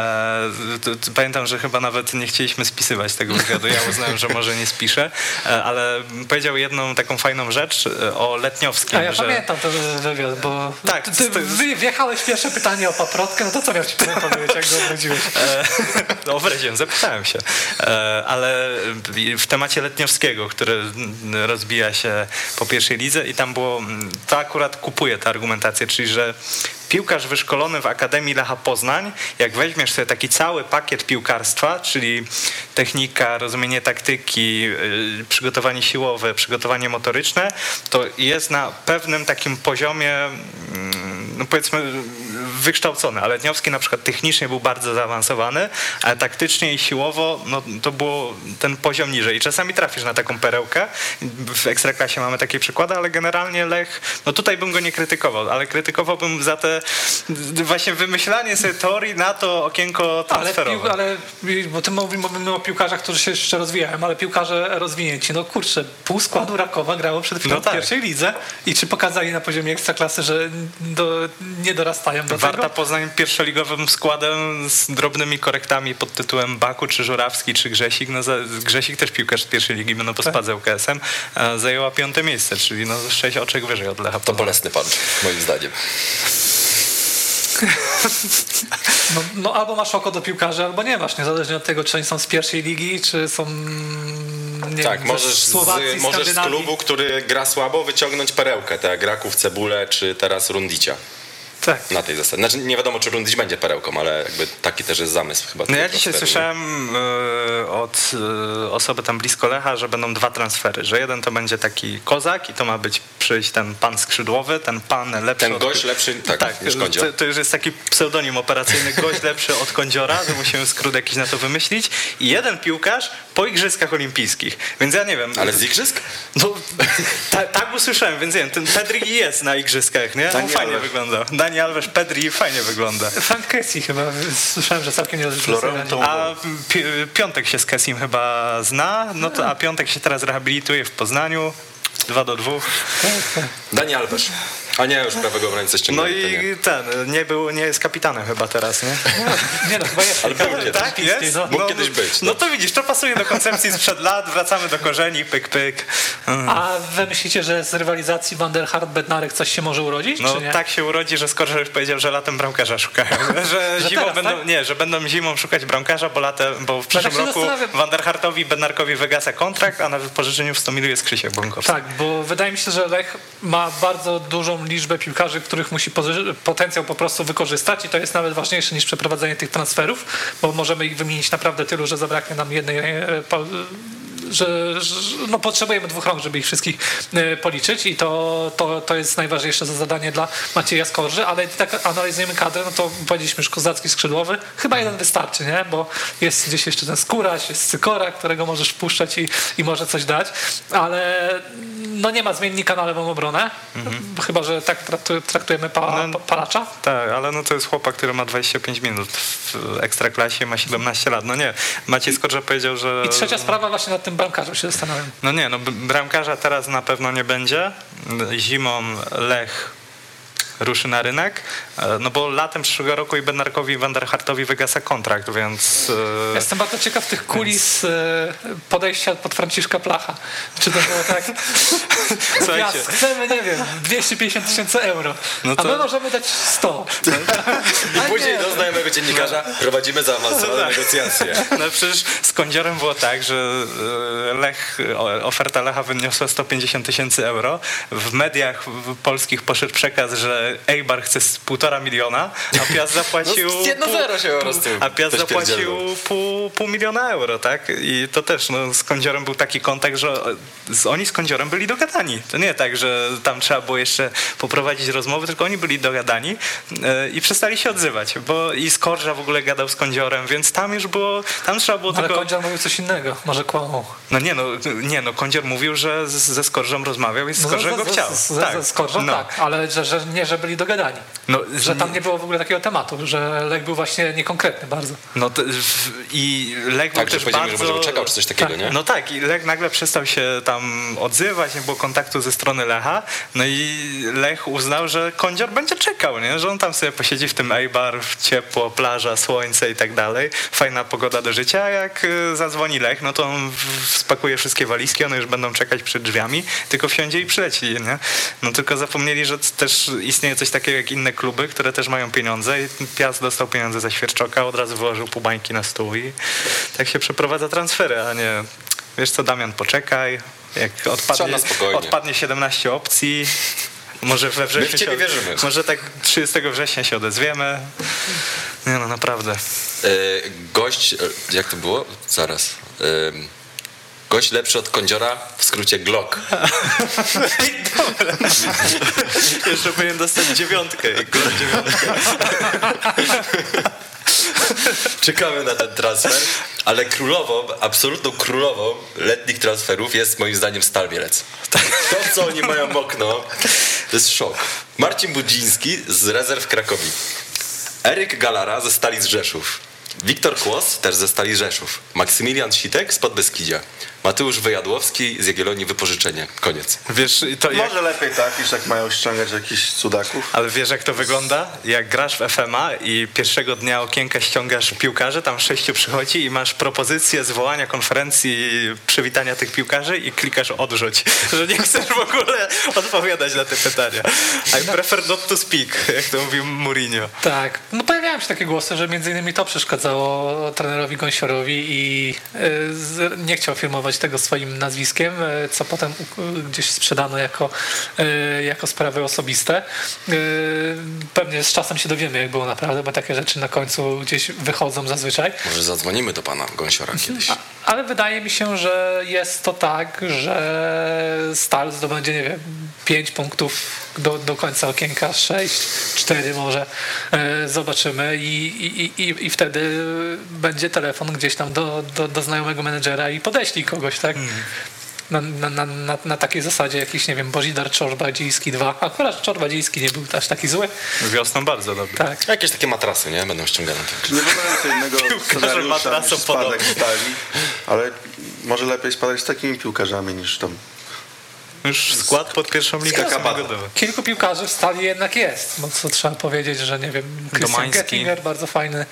Pamiętam, że chyba nawet nie chcieliśmy spisywać tego wywiadu, ja uznałem, że może nie spiszę, ale powiedział jedną taką fajną rzecz o Letniowskim. A ja pamiętam ten wywiad, bo tak, ty wjechałeś pierwsze pytanie o Paprotkę, no to co miał ci powiedzieć, jak go obraziłeś? No wraziłem, zapytałem się. Ale w temacie Letniowskiego, który rozbija się po pierwszej lidze i tam było, to akurat kupuje tę argumentację, czyli że piłkarz wyszkolony w Akademii Lecha Poznań, jak weźmiesz sobie taki cały pakiet piłkarstwa, czyli technika, rozumienie taktyki, przygotowanie siłowe, przygotowanie motoryczne, to jest na pewnym takim poziomie, no powiedzmy, wykształcony, ale Letniowski na przykład technicznie był bardzo zaawansowany, ale taktycznie i siłowo no, to było ten poziom niżej. I czasami trafisz na taką perełkę. W Ekstraklasie mamy takie przykłady, ale generalnie Lech, no tutaj bym go nie krytykował, ale krytykowałbym za te właśnie wymyślanie sobie teorii na to okienko transferowe. Ale bo ty mówimy o piłkarzach, którzy się jeszcze rozwijają, ale piłkarze rozwinięci, no kurczę, pół składu Rakowa grało przed chwilą w pierwszej lidze i czy pokazali na poziomie Ekstraklasy, że nie dorastają do Warta tego? Poznań pierwszoligowym składem z drobnymi korektami pod tytułem Baku, czy Żurawski, czy Grzesik. No, Grzesik też piłkarz z pierwszej ligi, będą po spadze UKS-em. Zajęła 5. miejsce, czyli no 6 oczek wyżej od Lecha. To bolesny pan, moim zdaniem. No albo masz oko do piłkarzy, albo nie masz, niezależnie od tego, czy oni są z pierwszej ligi, czy są nie tak, wiem, możesz z klubu, który gra słabo, wyciągnąć perełkę, tak jak Raków, Cebulę, czy teraz Rundicia. Tak. Na tej zasadzie. Znaczy nie wiadomo, czy Rundić będzie perełką, ale jakby taki też jest zamysł chyba. No ja dzisiaj słyszałem od osoby tam blisko Lecha, że będą 2 transfery, że jeden to będzie taki kozak i to ma przyjść ten pan skrzydłowy, ten pan lepszy. Ten gość lepszy, tak, niż Kądzior. To już jest taki pseudonim operacyjny, gość lepszy od Kądziora, to musimy skrót jakiś na to wymyślić. I jeden piłkarz po Igrzyskach Olimpijskich. Więc ja nie wiem. Ale z Igrzysk? No, tak usłyszałem, więc nie wiem, ten Pedri jest na Igrzyskach, nie? On fajnie wygląda. Dani Alves, Pedri fajnie wygląda. Frank Kessie chyba, słyszałem, że całkiem nie A Piątek się z Kessim chyba zna, no to, a Piątek się teraz rehabilituje w Poznaniu. 2-2. Dani Alves. A nie, już prawego obrońcę No ściągnąłem. i nie jest kapitanem chyba teraz, nie? Nie no, chyba jest. Ale był kiedyś. Tak, jest? No. Mógł kiedyś być. No to widzisz, to pasuje do koncepcji sprzed lat, wracamy do korzeni, pyk, pyk. A wy myślicie, że z rywalizacji Van der Hart, Bednarek coś się może urodzić, No czy nie? tak się urodzi, że Skorża już powiedział, że latem bramkarza szukają. Że zimą teraz, będą, tak? nie, że będą zimą szukać bramkarza, bo w przyszłym tak się roku zastanawiam. Van der Hartowi, Bednarkowi wygasa kontrakt, a na wypożyczeniu w 100 milionów jest Krzysiek Bąkowski. Tak, bo wydaje mi się, że Lech ma bardzo dużą liczbę piłkarzy, których musi potencjał po prostu wykorzystać i to jest nawet ważniejsze niż przeprowadzenie tych transferów, bo możemy ich wymienić naprawdę tylu, że zabraknie nam jednej że no potrzebujemy 2 rąk, żeby ich wszystkich policzyć i to jest najważniejsze zadanie dla Macieja Skorży, ale tak analizujemy kadrę, no to powiedzieliśmy, że Kozacki skrzydłowy, chyba jeden wystarczy, nie? Bo jest gdzieś jeszcze ten Skóraś, jest Cykora, którego możesz wpuszczać i może coś dać, ale no nie ma zmiennika na lewą obronę, chyba że tak traktujemy Palacza. Tak, ale no to jest chłopak, który ma 25 minut w Ekstraklasie, ma 17 lat. No nie, Maciej Skorża powiedział, że... I trzecia sprawa, właśnie nad tym bramkarzem się zastanawiam. No nie, no bramkarza teraz na pewno nie będzie. Zimą Lech ruszy na rynek, no bo latem przyszłego roku i Bednarkowi i Van der Hartowi wygasa kontrakt, więc... Jestem bardzo ciekaw tych kulis podejścia pod Franciszka Placha. Czy to było tak? Słuchajcie, Chcemy, nie wiem, 250 000 euro, No to- a my możemy dać 100. I później do znajomego dziennikarza prowadzimy zaawansowane negocjacje. no przecież z Kądziorem było tak, że oferta Lecha wyniosła 150 000 euro. W mediach polskich poszedł przekaz, że Eibar chce 1,5 miliona, a Piast zapłacił... No, 1-0 się po prostu A Piast też zapłacił pierdzielnął. pół miliona euro, tak? I to też, no, z Kądziorem był taki kontakt, że oni z Kądziorem byli dogadani. To nie tak, że tam trzeba było jeszcze poprowadzić rozmowy, tylko oni byli dogadani i przestali się odzywać, bo i Skorża w ogóle gadał z Kądziorem, więc tam już było, tam trzeba było Ale tylko... Kądzior mówił coś innego, może kłamał. No nie, Kądzior mówił, że ze Skorżą rozmawiał i Skorża go chciał. Ze Skorżą, No. tak, ale że nie, że byli dogadani. No, Że tam nie było w ogóle takiego tematu, że Lech był właśnie niekonkretny bardzo. No i Lech był Tak, że też powiedzieli, że bardzo... może czekał czy coś takiego, nie? No tak, i Lech nagle przestał się tam odzywać, nie było kontaktu ze strony Lecha, no i Lech uznał, że Kądzior będzie czekał, nie? Że on tam sobie posiedzi w tym Eibar, ciepło, plaża, słońce i tak dalej, fajna pogoda do życia, a jak zadzwoni Lech, no to on spakuje wszystkie walizki, one już będą czekać przed drzwiami, tylko wsiądzie i przyleci, nie? No tylko zapomnieli, że też istnieje coś takiego jak inne kluby, które też mają pieniądze i Piast dostał pieniądze za Świerczoka, od razu wyłożył pół bańki na stół i tak się przeprowadza transfery, a nie wiesz co, Damian, poczekaj, jak odpadnie 17 opcji, może we wrześniu My w ciebie wierzymy. może tak 30 września się odezwiemy. Nie no, naprawdę. Gość, jak to było? Zaraz. Gość lepszy od Kądziora, w skrócie Glock. Dobra. Jeszcze powinien dostać 9. Glock 9. Czekamy na ten transfer, ale absolutną królową letnich transferów jest moim zdaniem Stal Mielec. To, co oni mają okno, to jest szok. Marcin Budziński z rezerw Krakowi. Eryk Galara ze Stali z Rzeszów. Wiktor Kłos też ze Stali Rzeszów. Maksymilian Sitek z Podbeskidzia. Mateusz Wyjadłowski z Jagiellonii wypożyczenie. Koniec. Wiesz, to jak... Może lepiej tak, niż jak mają ściągać jakichś cudaków. Ale wiesz, jak to wygląda? Jak grasz w FMA i pierwszego dnia okienka ściągasz piłkarzy, tam 6 przychodzi i masz propozycję zwołania konferencji, przywitania tych piłkarzy i klikasz odrzuć, że nie chcesz w ogóle odpowiadać na te pytania. I prefer not to speak, jak to mówił Mourinho. Tak, no pojawiają się takie głosy, że między innymi to przeszkadzało trenerowi Gąsiorowi i nie chciał firmować tego swoim nazwiskiem, co potem gdzieś sprzedano jako sprawy osobiste. Pewnie z czasem się dowiemy, jak było naprawdę, bo takie rzeczy na końcu gdzieś wychodzą zazwyczaj. Może zadzwonimy do pana Gąsiora kiedyś. Ale wydaje mi się, że jest to tak, że Stal zdobędzie, nie wiem, 5 punktów do końca okienka, 6, 4 może. Zobaczymy i wtedy będzie telefon gdzieś tam do znajomego menedżera i podeślij kogoś, tak? Na takiej zasadzie jakiś, nie wiem, Bożidar Czorbadziński 2. Akurat Czorbadziński nie był aż taki zły. Wiosną bardzo dobry. Tak. Jakieś takie matrasy, nie? Będą ściągane. Czy nie wyobrażam sobie innego scenariusza matrasą niż spadek podobny. Stali, ale może lepiej spadać z takimi piłkarzami niż tam Już skład pod pierwszą ligę Skakabada. gotowy. Kilku piłkarzy w Stali jednak jest, bo co trzeba powiedzieć, że nie wiem, Christian Domański. Gettinger bardzo fajny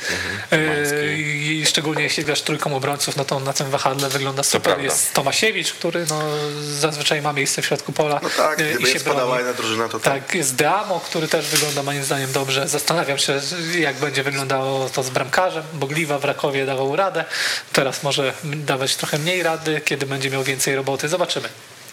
i szczególnie jeśli grasz trójką obrońców, no to na tym wahadle wygląda super. prawda. Jest Tomasiewicz, który no, zazwyczaj ma miejsce w środku pola No tak, i gdyby się jest podała broni. jedna drużyna, to tak. Tak, jest Deamo, który też wygląda moim zdaniem dobrze. Zastanawiam się, jak będzie wyglądało to z bramkarzem, bo Gliwa w Rakowie dawał radę. Teraz może dawać trochę mniej rady, kiedy będzie miał więcej roboty. Zobaczymy.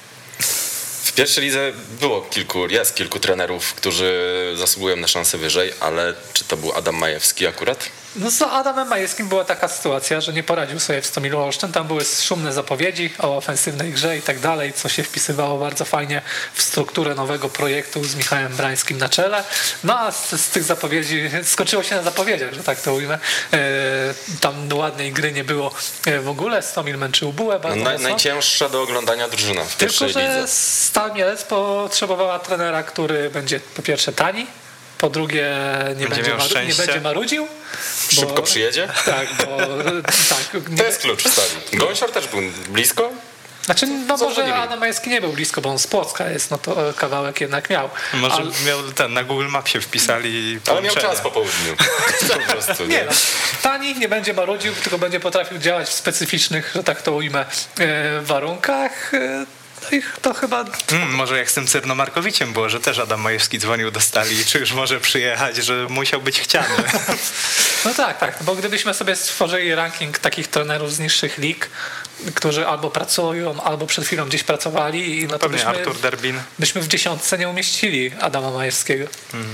W pierwszej lidze jest kilku trenerów, którzy zasługują na szansę wyżej, ale czy to był Adam Majewski akurat? No z Adamem Majewskim była taka sytuacja, że nie poradził sobie w Stomilu Olsztyn. Tam były szumne zapowiedzi o ofensywnej grze i tak dalej, co się wpisywało bardzo fajnie w strukturę nowego projektu z Michałem Brańskim na czele. No a z tych zapowiedzi, skończyło się na zapowiedziach, że tak to ujmę. Tam ładnej gry nie było w ogóle. Stomil męczył bułę bardzo mocno. Najcięższa do oglądania drużyna w Tylko, pierwszej że lidze. Stal Mielec potrzebowała trenera, który będzie po pierwsze tani, po drugie nie będzie marudził. Szybko przyjedzie? Tak, bo tak. To jest klucz w Stali. Gąsior też był blisko? Znaczy, no Zawsze nie może wiem. Adam Majewski nie był blisko, bo on z Płocka jest, no to kawałek jednak miał. Może miał na Google Mapsie wpisali Ale miał połączenia. czas po południu. Po prostu, Nie no, tani, nie będzie marudził, tylko będzie potrafił działać w specyficznych, że tak to ujmę, warunkach. No i to chyba... Może jak z tym Cyrnomarkowiciem było, że też Adam Majewski dzwonił do Stali, czy już może przyjechać, że musiał być chciany. No tak, bo gdybyśmy sobie stworzyli ranking takich trenerów z niższych lig, którzy albo pracują, albo przed chwilą gdzieś pracowali, no to Pewnie Artur Derbin. byśmy w 10 nie umieścili Adama Majewskiego.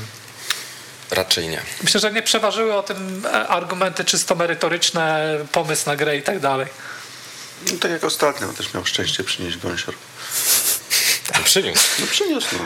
Raczej nie. Myślę, że nie przeważyły o tym argumenty czysto merytoryczne, pomysł na grę i tak dalej. No, tak jak ostatnio też miał szczęście przynieść Gąsior. Przyniósł. No przyniósł, no.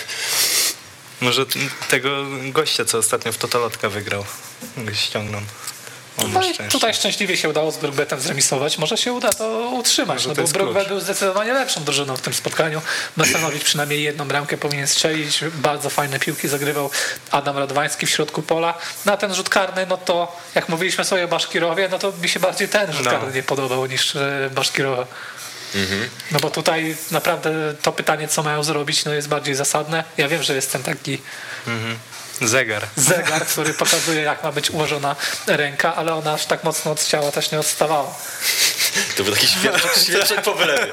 Może tego gościa, co ostatnio w Totolotka wygrał, go ściągną. On ma No i szczęście. tutaj szczęśliwie się udało z Brugbetem zremisować. Może się uda to utrzymać, Może no to bo jest Brugbet klucz. był zdecydowanie lepszą drużyną w tym spotkaniu. Mesanowicz przynajmniej jedną bramkę powinien strzelić. Bardzo fajne piłki zagrywał Adam Radwański w środku pola. Na ten rzut karny, no to jak mówiliśmy sobie o Baszkirowie, no to mi się bardziej ten rzut karny nie podobał niż Baszkirowa. No bo tutaj naprawdę to pytanie, co mają zrobić, no jest bardziej zasadne. Ja wiem, że jest ten taki Zegar. zegar, który pokazuje, jak ma być ułożona ręka, ale ona aż tak mocno od ciała też nie odstawała. To był taki świeczek po wylewie.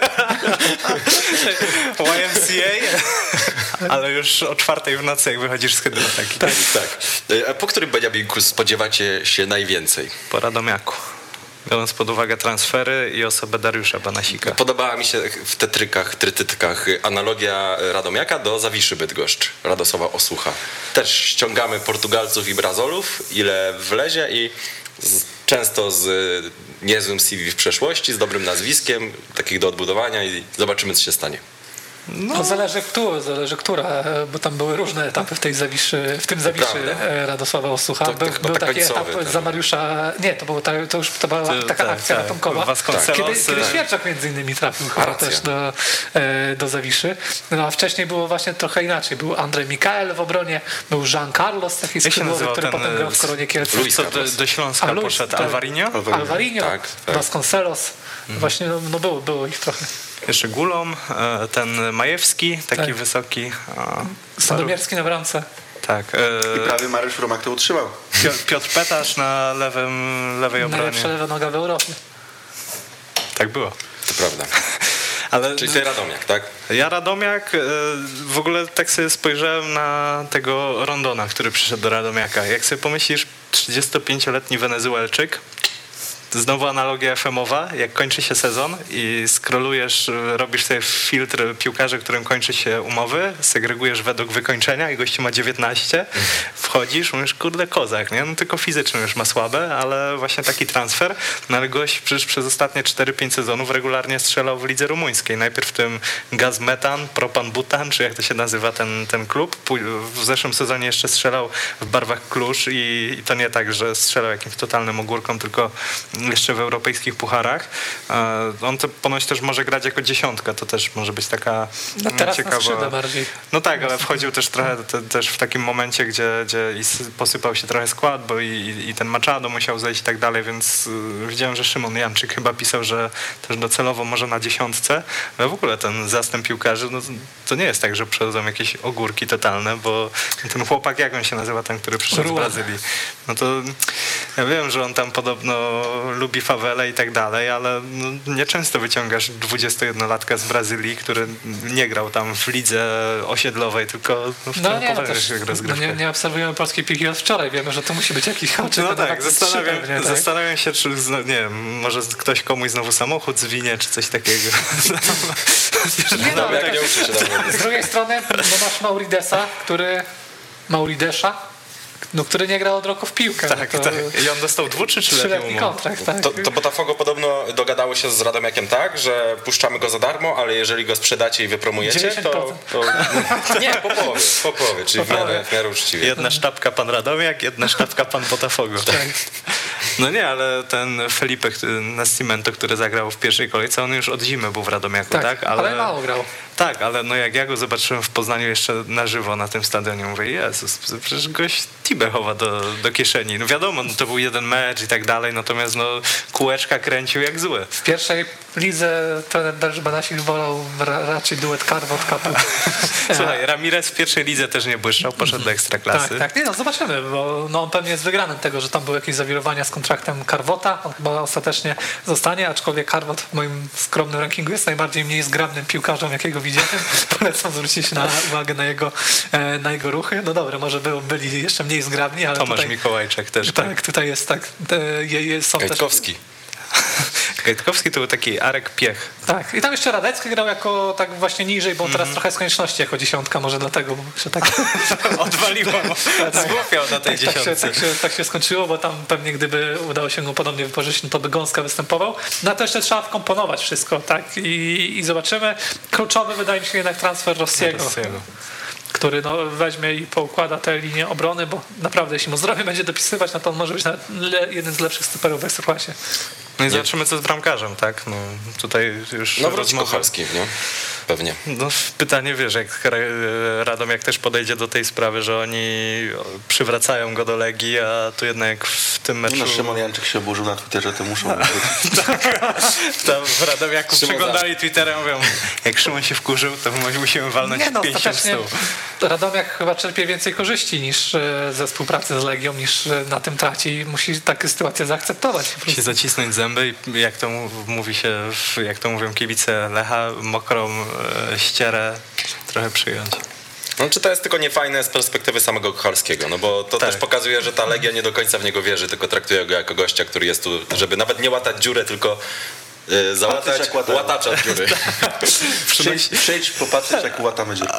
YMCA, ale już o 4:00 w nocy, jak wychodzisz z hydroteki. Tak. A po którym Beniaminku spodziewacie się najwięcej? Po Radomiaku. Biorąc pod uwagę transfery i osobę Dariusza Banasika. Podobała mi się w trytytkach analogia Radomiaka do Zawiszy Bydgoszcz, Radosława Osłucha. Też ściągamy Portugalców i Brazolów, ile wlezie i często z niezłym CV w przeszłości, z dobrym nazwiskiem, takich do odbudowania i zobaczymy, co się stanie. No zależy która, bo tam były różne etapy w tym Zawiszy Radosława Osłucha. To Był chyba taki etap końcowy, za Mariusza, nie, to była taka akcja ratunkowa. Kiedy Świerczak między innymi trafił chyba też do Zawiszy. No a wcześniej było właśnie trochę inaczej. Był Andrzej Mikael w obronie, był Jean Carlos, taki skrzydłowy, który potem grał w Koronie Kielce. Co do Śląska poszedł? tak. Alvarinho? Alvarinho, Tak. Vasconcelos. Właśnie no było ich trochę. Jeszcze Gulom, ten Majewski, taki wysoki. Sandomierski na bramce. Tak. I prawie Mariusz Romak to utrzymał. Piotr Petasz na lewej obronie. Najlepsza lewa noga w Europie. Tak było. To prawda. Ale Czyli ty Radomiak, tak? ja Radomiak, w ogóle tak sobie spojrzałem na tego Rondona, który przyszedł do Radomiaka. Jak sobie pomyślisz, 35-letni Wenezuelczyk, znowu analogia FM-owa, jak kończy się sezon i scrollujesz, robisz sobie filtr piłkarzy, którym kończy się umowy, segregujesz według wykończenia i gościu ma 19, wchodzisz, mówisz, kurde, kozak, nie? No tylko fizycznie już ma słabe, ale właśnie taki transfer, no ale gość przecież przez ostatnie 4-5 sezonów regularnie strzelał w lidze rumuńskiej. Najpierw w tym Gazmetan, Propan Butan, czy jak to się nazywa ten klub. W zeszłym sezonie jeszcze strzelał w barwach Klucz i to nie tak, że strzelał jakimś totalnym ogórkom, tylko jeszcze w europejskich pucharach. On to ponoć też może grać jako dziesiątka, to też może być taka teraz ciekawa... na skrzydle bardziej. No tak, ale wchodził też trochę też w takim momencie, gdzie posypał się trochę skład, bo i ten Machado musiał zejść i tak dalej, więc widziałem, że Szymon Janczyk chyba pisał, że też docelowo może na dziesiątce, ale w ogóle ten zastęp piłkarzy, no to nie jest tak, że przychodzą jakieś ogórki totalne, bo ten chłopak, jak on się nazywa, ten, który przyszedł z Brazylii, no to ja wiem, że on tam podobno lubi fawelę i tak dalej, ale no, nieczęsto wyciągasz 21-latka z Brazylii, który nie grał tam w lidze osiedlowej, tylko w terenowych rozgrywkach. Nie obserwujemy polskiej piłki od wczoraj, wiemy, że to musi być jakiś haczyk. No tak, zastanawiam się, czy nie wiem, może ktoś komuś znowu samochód zwinie, czy coś takiego. Z drugiej strony masz który nie gra od roku w piłkę. Tak, no to... tak. I on dostał 2 czy 3-letni kontrakt. Tak. To Botafogo podobno dogadało się z Radomiakiem tak, że puszczamy go za darmo, ale jeżeli go sprzedacie i wypromujecie, to... Nie, po połowie, czyli w miarę uczciwie. Jedna sztabka pan Radomiak, jedna sztabka pan Botafogo. Tak. No nie, ale ten Felipe Nascimento, który zagrał w pierwszej kolejce, on już od zimy był w Radomiaku, tak? Ale mało grał. Tak, ale no jak ja go zobaczyłem w Poznaniu jeszcze na żywo na tym stadionie, mówię, Jezus, przecież gość Tibę chowa do kieszeni. No wiadomo, no to był jeden mecz i tak dalej, natomiast no kółeczka kręcił jak zły. W pierwszej lidze trener Derzyk Banasik wolał raczej duet Carvot-Kapu. Słuchaj, Ramirez w pierwszej lidze też nie błyszczał, poszedł do Ekstraklasy. Tak, nie no, zobaczymy, bo on pewnie jest wygranym tego, że tam były jakieś zawirowania z kontraktem Carvota, on chyba ostatecznie zostanie, aczkolwiek Carvot w moim skromnym rankingu jest najbardziej mniej zgrabnym piłkarzem, jakiego widziałem. Polecam zwrócić uwagę na jego ruchy. No dobra, może byli jeszcze mniej zgrabni, ale Tomasz Mikołajczak też. Tak, tutaj jest tak. Są Gajtkowski. też... Gajtkowski to był taki Arek Piech. Tak, i tam jeszcze Radecki grał jako tak właśnie niżej, bo on teraz trochę z konieczności jako dziesiątka, może dlatego, że tak... Odwaliło, zgłupiał na tej dziesiątce. Tak się skończyło, bo tam pewnie gdyby udało się go podobnie wypożyczyć, no to by Gąska występował. No to jeszcze trzeba wkomponować wszystko, tak? I zobaczymy. Kluczowy wydaje mi się jednak transfer Rossiego. Który weźmie i poukłada tę linię obrony, bo naprawdę jeśli mu zdrowie będzie dopisywać, no to on może być jeden z lepszych stoperów w Ekstraklasie. No i zobaczymy, co z bramkarzem, tak? No tutaj już wróci Kochalski, nie? Pewnie. No pytanie, wiesz, jak Radomiak też podejdzie do tej sprawy, że oni przywracają go do Legii, a tu jednak w tym meczu... No Szymon Janczyk się oburzył na Twitterze, to muszą tak, tam w Radomiaku przeglądali Twittera, mówią, jak Szymon się wkurzył, to musimy walnąć pięścią w stół. Radomiak chyba czerpie więcej korzyści niż ze współpracy z Legią, niż na tym traci. Musi takie sytuacje zaakceptować. Musi zacisnąć zęby i jak to mówi się, jak to mówią kibice Lecha, mokrą ścierę trochę przyjąć. No, czy to jest tylko niefajne z perspektywy samego Kochalskiego, no bo to też pokazuje, że ta Legia nie do końca w niego wierzy, tylko traktuje go jako gościa, który jest tu, żeby nawet nie łatać dziurę, tylko załatać łatacza dziury. Przyjdź, popatrzeć, jak łatamy dziurę.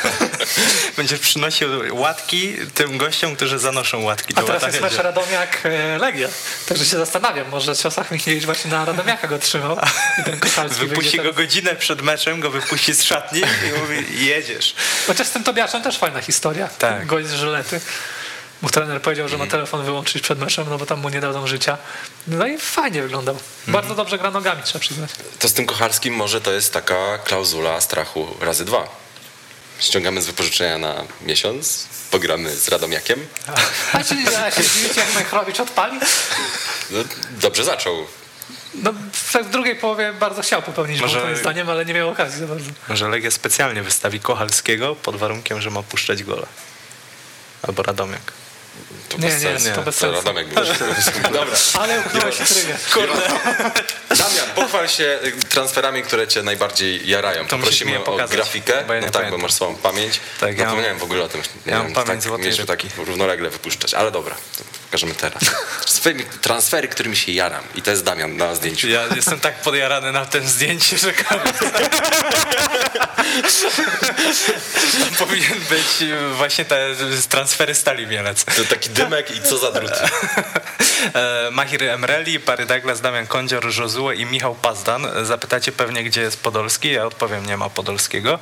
Będzie przynosił łatki tym gościom, którzy zanoszą łatki. A teraz jest mecz Radomiak-Legia. Także się zastanawiam, może Ciosach Michniewicz właśnie na Radomiaka go trzymał. I ten Kochalski wypuści go godzinę przed meczem, go wypuści z szatni i mówi, jedziesz. Chociaż z tym Tobiaszem też fajna historia. Tak. Gość z Żylety. Bo trener powiedział, że ma telefon wyłączyć przed meczem, no bo tam mu nie dadzą życia. No i fajnie wyglądał. Bardzo dobrze gra nogami, trzeba przyznać. To z tym Kochalskim może to jest taka klauzula strachu razy 2. Ściągamy z wypożyczenia na miesiąc, pogramy z Radomiakiem. A czyli się dziwicie, jak Majchrowicz odpali? No, dobrze zaczął. No, w drugiej połowie bardzo chciał popełnić błąd, moim zdaniem, ale nie miał okazji za bardzo. Może Legia specjalnie wystawi Kochalskiego pod warunkiem, że ma puszczać gola. Albo Radomiak. To bez sensu. Radomiak był. Dobra. Ale uknąłeś się trygę. Kurde. Damian, pochwal się transferami, które cię najbardziej jarają. Poprosimy o grafikę. Bo ja no tak, bo masz swoją pamięć. Tak, zapomniałem w ogóle o tym. Ja mam pamięć mieliśmy taki równolegle wypuszczać, ale dobra, to pokażemy teraz. Swoimi transfery, którymi się jaram. I to jest Damian na zdjęciu. Ja jestem tak podjarany na tym zdjęciu, że powinien być właśnie te transfery Stali Mielec. To taki dymek i co za drut. Mahir Emreli, Pary Douglas, Damian Kondzior, Josue i Michał Pazdan. Zapytacie pewnie, gdzie jest Podolski. Ja odpowiem, nie ma Podolskiego.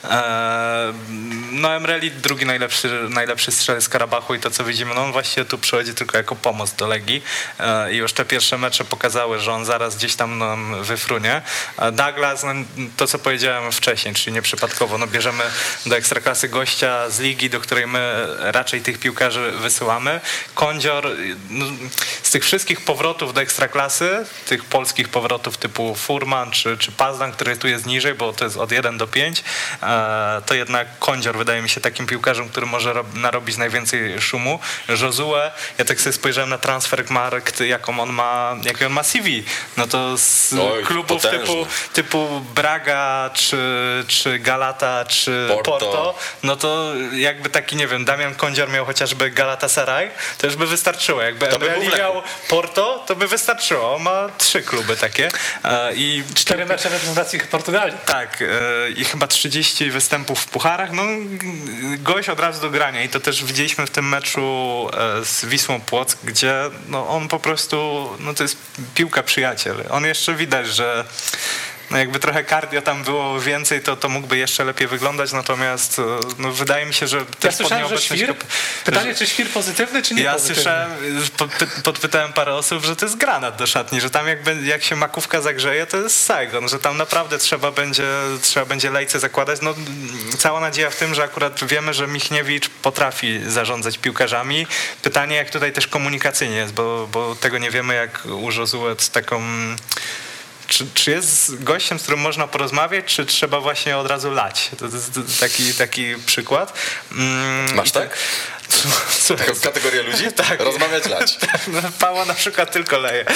No Emreli drugi najlepszy strzelec z Karabachu i to co widzimy, no on właściwie tu przychodzi tylko jako pomoc do Legii i już te pierwsze mecze pokazały, że on zaraz gdzieś tam nam wyfrunie. Douglas, no, to co powiedziałem wcześniej, czyli nieprzypadkowo, no bierzemy do Ekstraklasy gościa z ligi, do której my raczej tych piłkarzy wysyłamy. Kondzior, no, z tych wszystkich powrotów do Ekstraklasy, tych polskich powrotów typu Furman czy Pazdan, który tu jest niżej, bo to jest od 1 do 5, to jednak Kondzior wydaje mi się takim piłkarzem, który może narobić najwięcej szumu. Josue, ja tak sobie spojrzałem na Transfermarkt, jaki on ma CV, no to z klubów typu Braga, czy Galata, czy Porto, no to jakby taki, nie wiem, Damian Kondzior miał chociażby Galatasaray, to już by wystarczyło. Jakby Emreli miał Porto, to by wystarczyło. On ma 3 kluby takie. I 4 mecze reprezentacji Portugalii. Tak, i chyba 30 występów w pucharach. No, gość od razu do grania i to też widzieliśmy w tym meczu z Wisłą Płock, gdzie no, on po prostu, no to jest piłka przyjaciel. On jeszcze widać, że no jakby trochę cardio tam było więcej, to mógłby jeszcze lepiej wyglądać, natomiast no wydaje mi się, że też pod nieobecność... Pytanie, czy świr pozytywny, czy nie ja pozytywny? Słyszałem, podpytałem parę osób, że to jest granat do szatni, że tam jak się makówka zagrzeje, to jest Saigon, że tam naprawdę trzeba będzie lejce zakładać. No, cała nadzieja w tym, że akurat wiemy, że Michniewicz potrafi zarządzać piłkarzami. Pytanie, jak tutaj też komunikacyjnie jest, bo tego nie wiemy, jak u Josue z taką... Czy jest gościem, z którym można porozmawiać, czy trzeba właśnie od razu lać? To jest taki przykład. Masz tak? Taką kategorię ludzi? Tak. Rozmawiać, lać. No, Pała na przykład tylko leje.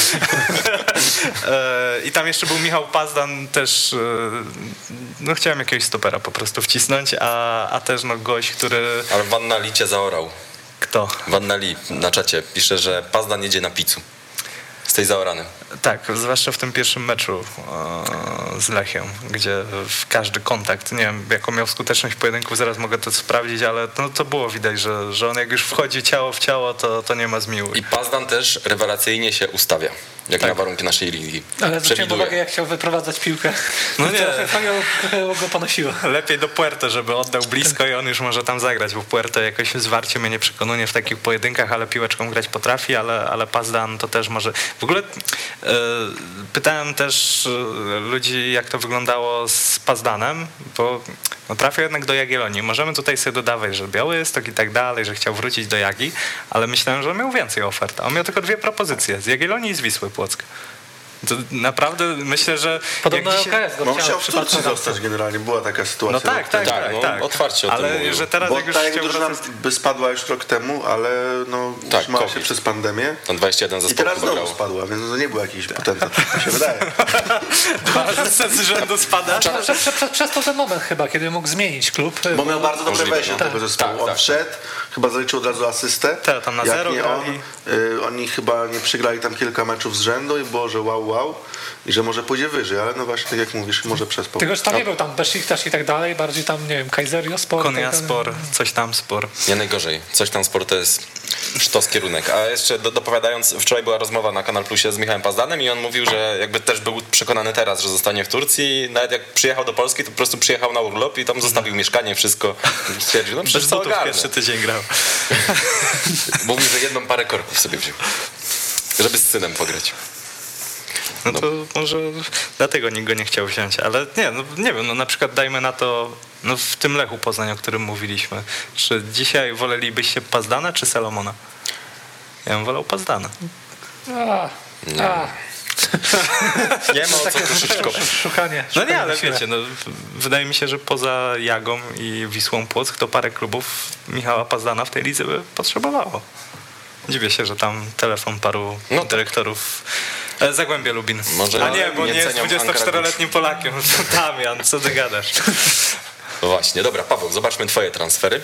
I tam jeszcze był Michał Pazdan, też no chciałem jakiegoś stopera po prostu wcisnąć, a też no gość, który... Ale Van Nali cię zaorał. Kto? Van Nali na czacie pisze, że Pazdan jedzie na pizzu. Jesteś zaorany. Tak, zwłaszcza w tym pierwszym meczu z Lechiem, gdzie w każdy kontakt, nie wiem jaką miał skuteczność pojedynków, zaraz mogę to sprawdzić, ale no, to było widać, że on jak już wchodzi ciało w ciało, to nie ma zmiłu. I Pazdan też rewelacyjnie się ustawia, jak na warunki naszej ligi. Ale zwróciłem uwagę, jak chciał wyprowadzać piłkę. No nie. Trochę go ponosiło. Lepiej do Puerto, żeby oddał blisko i on już może tam zagrać, bo Puerto jakoś zwarcie mnie nie przekonuje w takich pojedynkach, ale piłeczką grać potrafi, ale Pazdan to też może... W ogóle pytałem też ludzi, jak to wyglądało z Pazdanem, bo no, trafił jednak do Jagiellonii. Możemy tutaj sobie dodawać, że Białystok i tak dalej, że chciał wrócić do Jagi, ale myślałem, że miał więcej ofert. On miał tylko 2 propozycje, z Jagiellonii i z Wisły Płock. To naprawdę myślę, że... Podobno dzisiaj... LKS go chciał w Turcji zostać generalnie, była taka sytuacja. No tak. Otwarcie o tym ale mówił. że teraz Bo jak już ta chciał drużyna by spadła już rok temu, ale no trzymała się przez pandemię. Tam 21 I zespołów teraz znowu grało. spadła, więc to nie był jakiś potencjał, tak mi się wydaje. 2 sezony z rzędu spada. Przez to ten moment chyba, kiedy mógł zmienić klub. Bo miał bardzo dobre Możliwe, wejście do tego zespołu. Tak. On wszedł, chyba zaliczył od razu asystę. Tak, tam na Jak zero nie grali. oni chyba nie przegrali tam kilka meczów z rzędu i było, że wow. I że może pójdzie wyżej, ale no właśnie tak jak mówisz, może przespał. Tylko, że tam nie był tam Besiktas i tak dalej, bardziej tam, nie wiem, Kayserispor. Konyaspor, coś tam spor. Nie najgorzej. Coś tam sport to jest sztos kierunek. A jeszcze dopowiadając, wczoraj była rozmowa na Kanal Plusie z Michałem Pazdanem i on mówił, że jakby też był przekonany teraz, że zostanie w Turcji. Nawet jak przyjechał do Polski, to po prostu przyjechał na urlop i tam zostawił mieszkanie, wszystko. Stwierdził, no przecież Bez to butów ogarnę. pierwszy tydzień grał. Mówił, że 1 parę korków sobie wziął, żeby z synem pograć. No to może dlatego nikt go nie chciał wziąć, ale nie wiem, no na przykład dajmy na to, no w tym Lechu Poznań, o którym mówiliśmy, czy dzisiaj wolelibyście Pazdana czy Salomona? Ja bym wolał Pazdana. Nie ma o co Szukanie. No nie, ale wiecie, no, wydaje mi się, że poza Jagą i Wisłą Płock to parę klubów Michała Pazdana w tej lidze by potrzebowało. Dziwię się, że tam telefon paru dyrektorów Zagłębia Lubin. Może a nie, bo nie jest cenią 24-letnim Polakiem. Damian, co ty gadasz? No właśnie, dobra, Paweł, zobaczmy twoje transfery.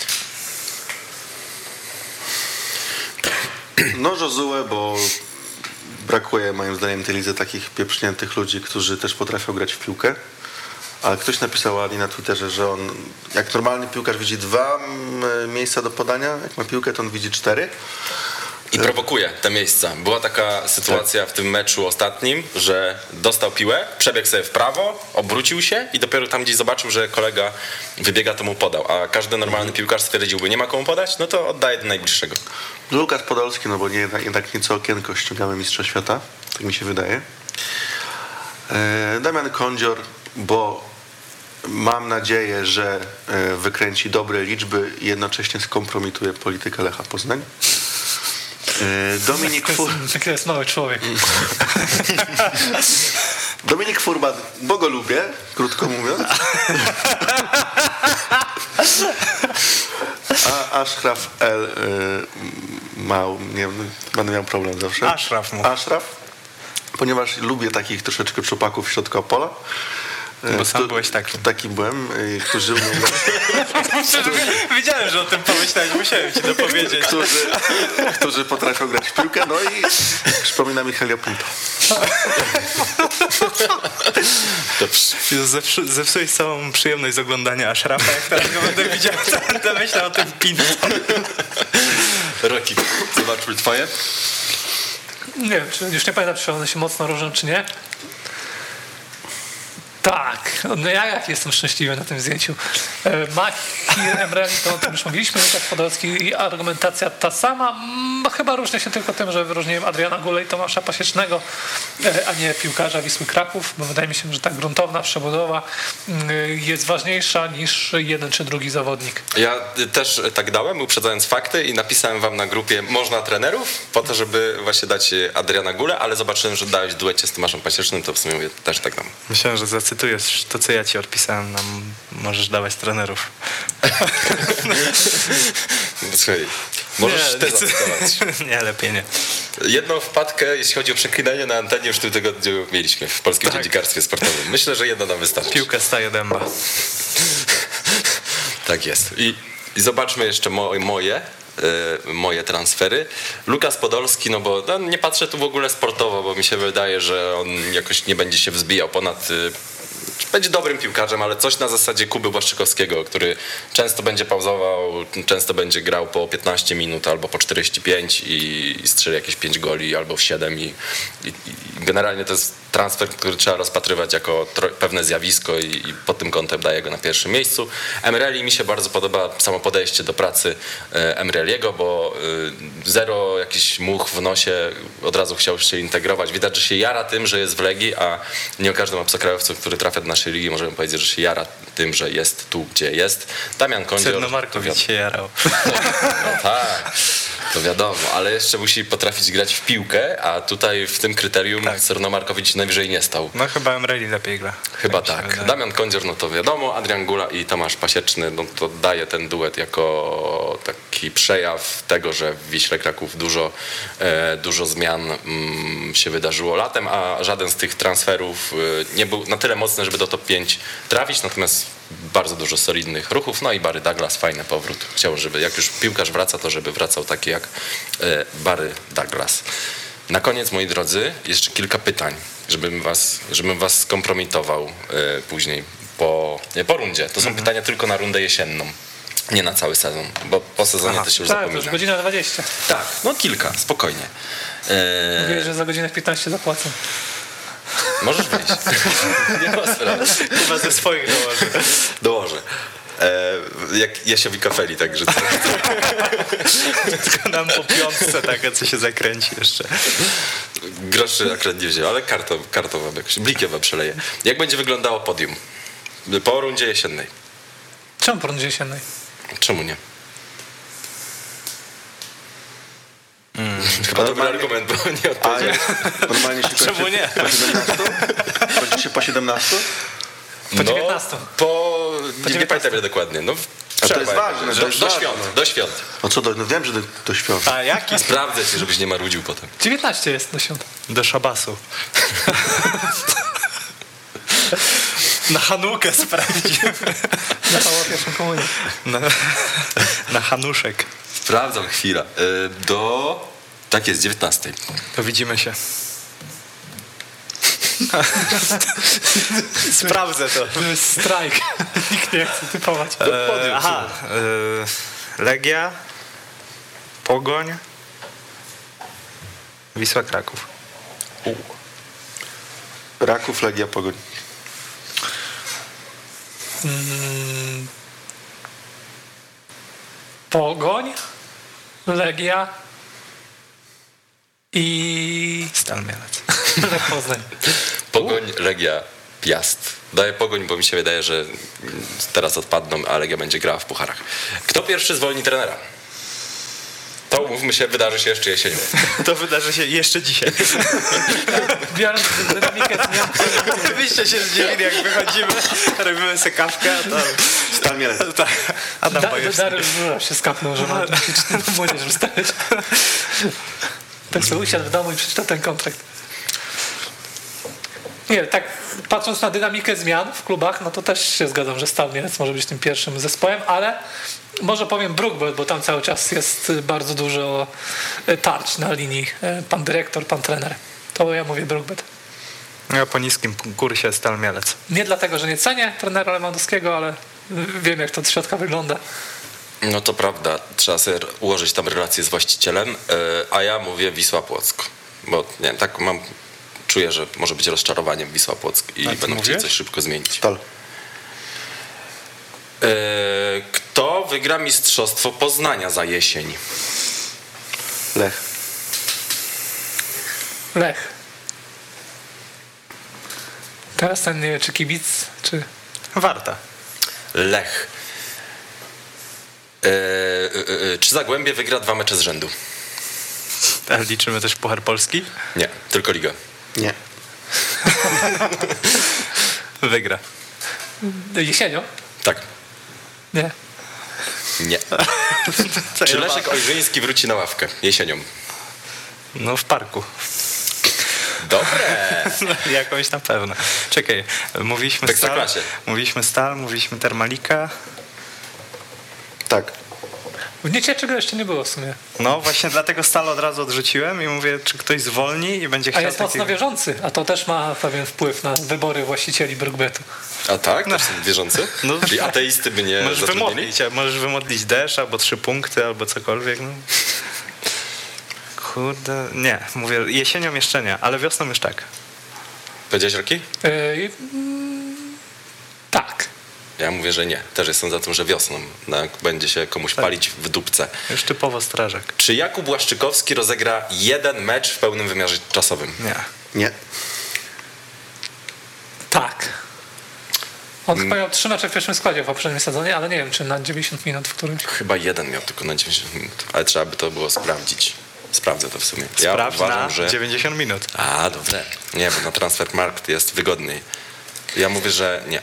No Josue, bo brakuje moim zdaniem tej lidze takich pieprzniętych ludzi, którzy też potrafią grać w piłkę. Ale ktoś napisał ładnie na Twitterze, że on, jak normalny piłkarz widzi 2 miejsca do podania, jak ma piłkę, to on widzi 4. I prowokuje te miejsca. Była taka sytuacja w tym meczu ostatnim, że dostał piłę, przebiegł sobie w prawo, obrócił się i dopiero tam gdzieś zobaczył, że kolega wybiega, to mu podał. A każdy normalny piłkarz stwierdziłby, nie ma komu podać, no to oddaje do najbliższego. Lukas Podolski, no bo jednak nieco okienko ściągamy mistrza świata, tak mi się wydaje. Damian Kondzior, bo mam nadzieję, że wykręci dobre liczby i jednocześnie skompromituje politykę Lecha Poznań. To jest mały człowiek. Dominik Furman, bo go lubię, krótko mówiąc. A Ashraf El będę miał problem zawsze. Ashraf, ponieważ lubię takich troszeczkę czupaków środka pola. Bo sam byłeś taki. Taki byłem, którzy umieją... Wiedziałem, że o tym pomyślałeś, musiałem ci to powiedzieć. Którzy potrafią grać w piłkę, no i przypomina mi Helio Pinto. Zepsułeś całą przyjemność z oglądania Ashrafa, jak teraz go będę widział, to będę myślał o tym Pinto. Roki, zobaczmy twoje. Nie wiem, już nie pamiętam, czy one się mocno różnią, czy nie. Tak, no ja jestem szczęśliwy na tym zdjęciu. Mahir Emreli, to o tym już mówiliśmy, Lukas Podolski i argumentacja ta sama. Chyba różni się tylko tym, że wyróżniłem Adriana Gulę i Tomasza Pasiecznego, a nie piłkarza Wisły Kraków, bo wydaje mi się, że ta gruntowna przebudowa jest ważniejsza niż jeden czy drugi zawodnik. Ja też tak dałem, uprzedzając fakty i napisałem wam na grupie można trenerów, po to, żeby właśnie dać Adriana Gulę, ale zobaczyłem, że dałeś w duecie z Tomaszem Pasiecznym, to w sumie mówię, też tak dam. Myślałem, że zacytujesz to, co ja ci odpisałem, nam możesz dawać trenerów. Słuchaj, możesz ty zacytować. Nie, lepiej nie. Jedną wpadkę, jeśli chodzi o przeklinanie na antenie, już w tym tygodniu mieliśmy w Polskim Dziennikarstwie Sportowym. Myślę, że jedno nam wystarczy. Piłka staje dęba. Tak jest. I zobaczmy jeszcze moje transfery. Lukas Podolski, no bo nie patrzę tu w ogóle sportowo, bo mi się wydaje, że on jakoś nie będzie się wzbijał ponad... Będzie dobrym piłkarzem, ale coś na zasadzie Kuby Błaszczykowskiego, który często będzie pauzował, często będzie grał po 15 minut albo po 45 i strzeli jakieś 5 goli albo 7 i generalnie to jest transfer, który trzeba rozpatrywać jako pewne zjawisko i pod tym kątem daję go na pierwszym miejscu. Emreli, mi się bardzo podoba samo podejście do pracy Emreliego, bo zero jakiś much w nosie, od razu chciał się integrować. Widać, że się jara tym, że jest w Legii, a nie o każdym obcokrajowcu, który trafia do naszej ligi, możemy powiedzieć, że się jara tym, że jest tu, gdzie jest. Damian Kondzior... Czernomarkowicz się jarał. No tak, to wiadomo, ale jeszcze musi potrafić grać w piłkę, a tutaj w tym kryterium Czernomarkowicz najwyżej nie stał. No chyba Emreli lepiej gra. Chyba tak. Damian Kondzior, no to wiadomo, Adrian Gula i Tomasz Pasieczny, no to daje ten duet jako taki przejaw tego, że w Wiśle Kraków dużo zmian się wydarzyło latem, a żaden z tych transferów nie był na tyle mocny, żeby do top 5 trafić, natomiast bardzo dużo solidnych ruchów, no i Barry Douglas, fajny powrót. Chciałbym, żeby jak już piłkarz wraca, to żeby wracał taki jak Barry Douglas. Na koniec, moi drodzy, jeszcze kilka pytań, żebym was skompromitował później po rundzie. To są pytania tylko na rundę jesienną, nie na cały sezon, bo po sezonie to się już zapomina. To już godzina 20. Tak, no kilka, spokojnie. Mówię, że za godzinę 15 zapłacę. Możesz wyjść. Nie ma sprawy. Chyba ze swoich Dołożę. Jak Jasiowi Kafeli, także tylko nam po piątce taka, co się zakręci jeszcze. Groszy akurat nie wziął, ale kartą wam jakoś, blikiem wam przeleję. Jak będzie wyglądało podium po rundzie jesiennej? Czemu po rundzie jesiennej? Czemu nie? Chyba dobry argument, bo nie odpowiedziałem. Normalnie się kończy Czemu nie? po 17? Kończy się po 17? Po 19. Nie pamiętam ile dokładnie. No, a to jest ważne. Do świąt. O co no wiem, że do świąt. A jaki? Sprawdzę się, żebyś nie marudził potem. 19 jest do świąt. Do szabasu. Na Hanukę sprawdzimy. Na pierwszą komunię. Na Hanuszek. Sprawdzam chwilę. Tak jest, 19. To widzimy się. Sprawdzę to. To jest strajk. Nikt nie chce typować. Legia, Pogoń, Wisła Kraków. Raków, Legia, Pogoń. Pogoń, Legia i Stal Mielec. Lech Poznań. Pogoń, Legia, Piast. Daję Pogoń, bo mi się wydaje, że teraz odpadną, a Legia będzie grała w pucharach. Kto pierwszy zwolni trenera? To, umówmy się, wydarzy się jeszcze jesienią. To wydarzy się jeszcze dzisiaj. Biorąc dynamikę zmian. Gdybyście się zdziwili, jak wychodzimy, robimy sobie kawkę, to... Stal Mielec. Adam Bajewski. Dariusz Żura się skapnął, że ma młodzież wystawiać. Tak sobie usiadł w domu i przeczytał ten kontrakt. Nie, tak patrząc na dynamikę zmian w klubach, no to też się zgadzam, że Stal Mielec może być tym pierwszym zespołem, ale może powiem Brookbet, bo tam cały czas jest bardzo dużo tarć na linii. Pan dyrektor, pan trener. To ja mówię Brookbet. Ja po niskim kursie Stal Mielec. Nie dlatego, że nie cenię trenera Lewandowskiego, ale wiem, jak to od środka wygląda. No to prawda, trzeba sobie ułożyć tam relację z właścicielem, a ja mówię Wisła Płock, bo nie wiem, tak czuję, że może być rozczarowaniem Wisła Płock i będą chcieli coś szybko zmienić. Stal. Kto wygra Mistrzostwo Poznania za jesień? Lech. Lech. Teraz ten nie wiem, czy kibic, czy... Warta. Lech. Czy Zagłębie wygra 2 mecze z rzędu? A liczymy też Puchar Polski? Nie, tylko Liga. Nie. Wygra. Jesienią? Tak. Nie. Nie. Czy Leszek Ojrzyński wróci na ławkę jesienią? No w parku. Dobre. Jakąś na pewno. Czekaj, mówiliśmy W Ekstraklasie. Stal, mówiliśmy Termalika. Tak. W niczego jeszcze nie było w sumie. No właśnie dlatego Stal od razu odrzuciłem i mówię, czy ktoś zwolni i będzie A chciał jest mocno wierzący, a to też ma pewien wpływ na wybory właścicieli Brookbetu. A tak? Też są wierzący? No. Czyli ateisty by nie zatrudnili? Możesz wymodlić deszcz albo 3 punkty, albo cokolwiek. No. Kurde, nie, mówię, jesienią jeszcze nie, ale wiosną już tak. Powiedziałeś Roki? Tak. Ja mówię, że nie. Też jestem za tym, że wiosną będzie się komuś palić w dupce. Już typowo strażak. Czy Jakub Błaszczykowski rozegra 1 mecz w pełnym wymiarze czasowym? Nie. Nie. Tak. On chyba miał 3 mecze w pierwszym składzie w poprzednim sezonie, ale nie wiem, czy na 90 minut w którymś. Chyba 1 miał tylko na 90 minut, ale trzeba by to było sprawdzić. Sprawdzę to w sumie. Sprawdź uważam, na że 90 minut. A, dobre. Nie, bo na Transfermarkt jest wygodniej. Ja mówię, że nie.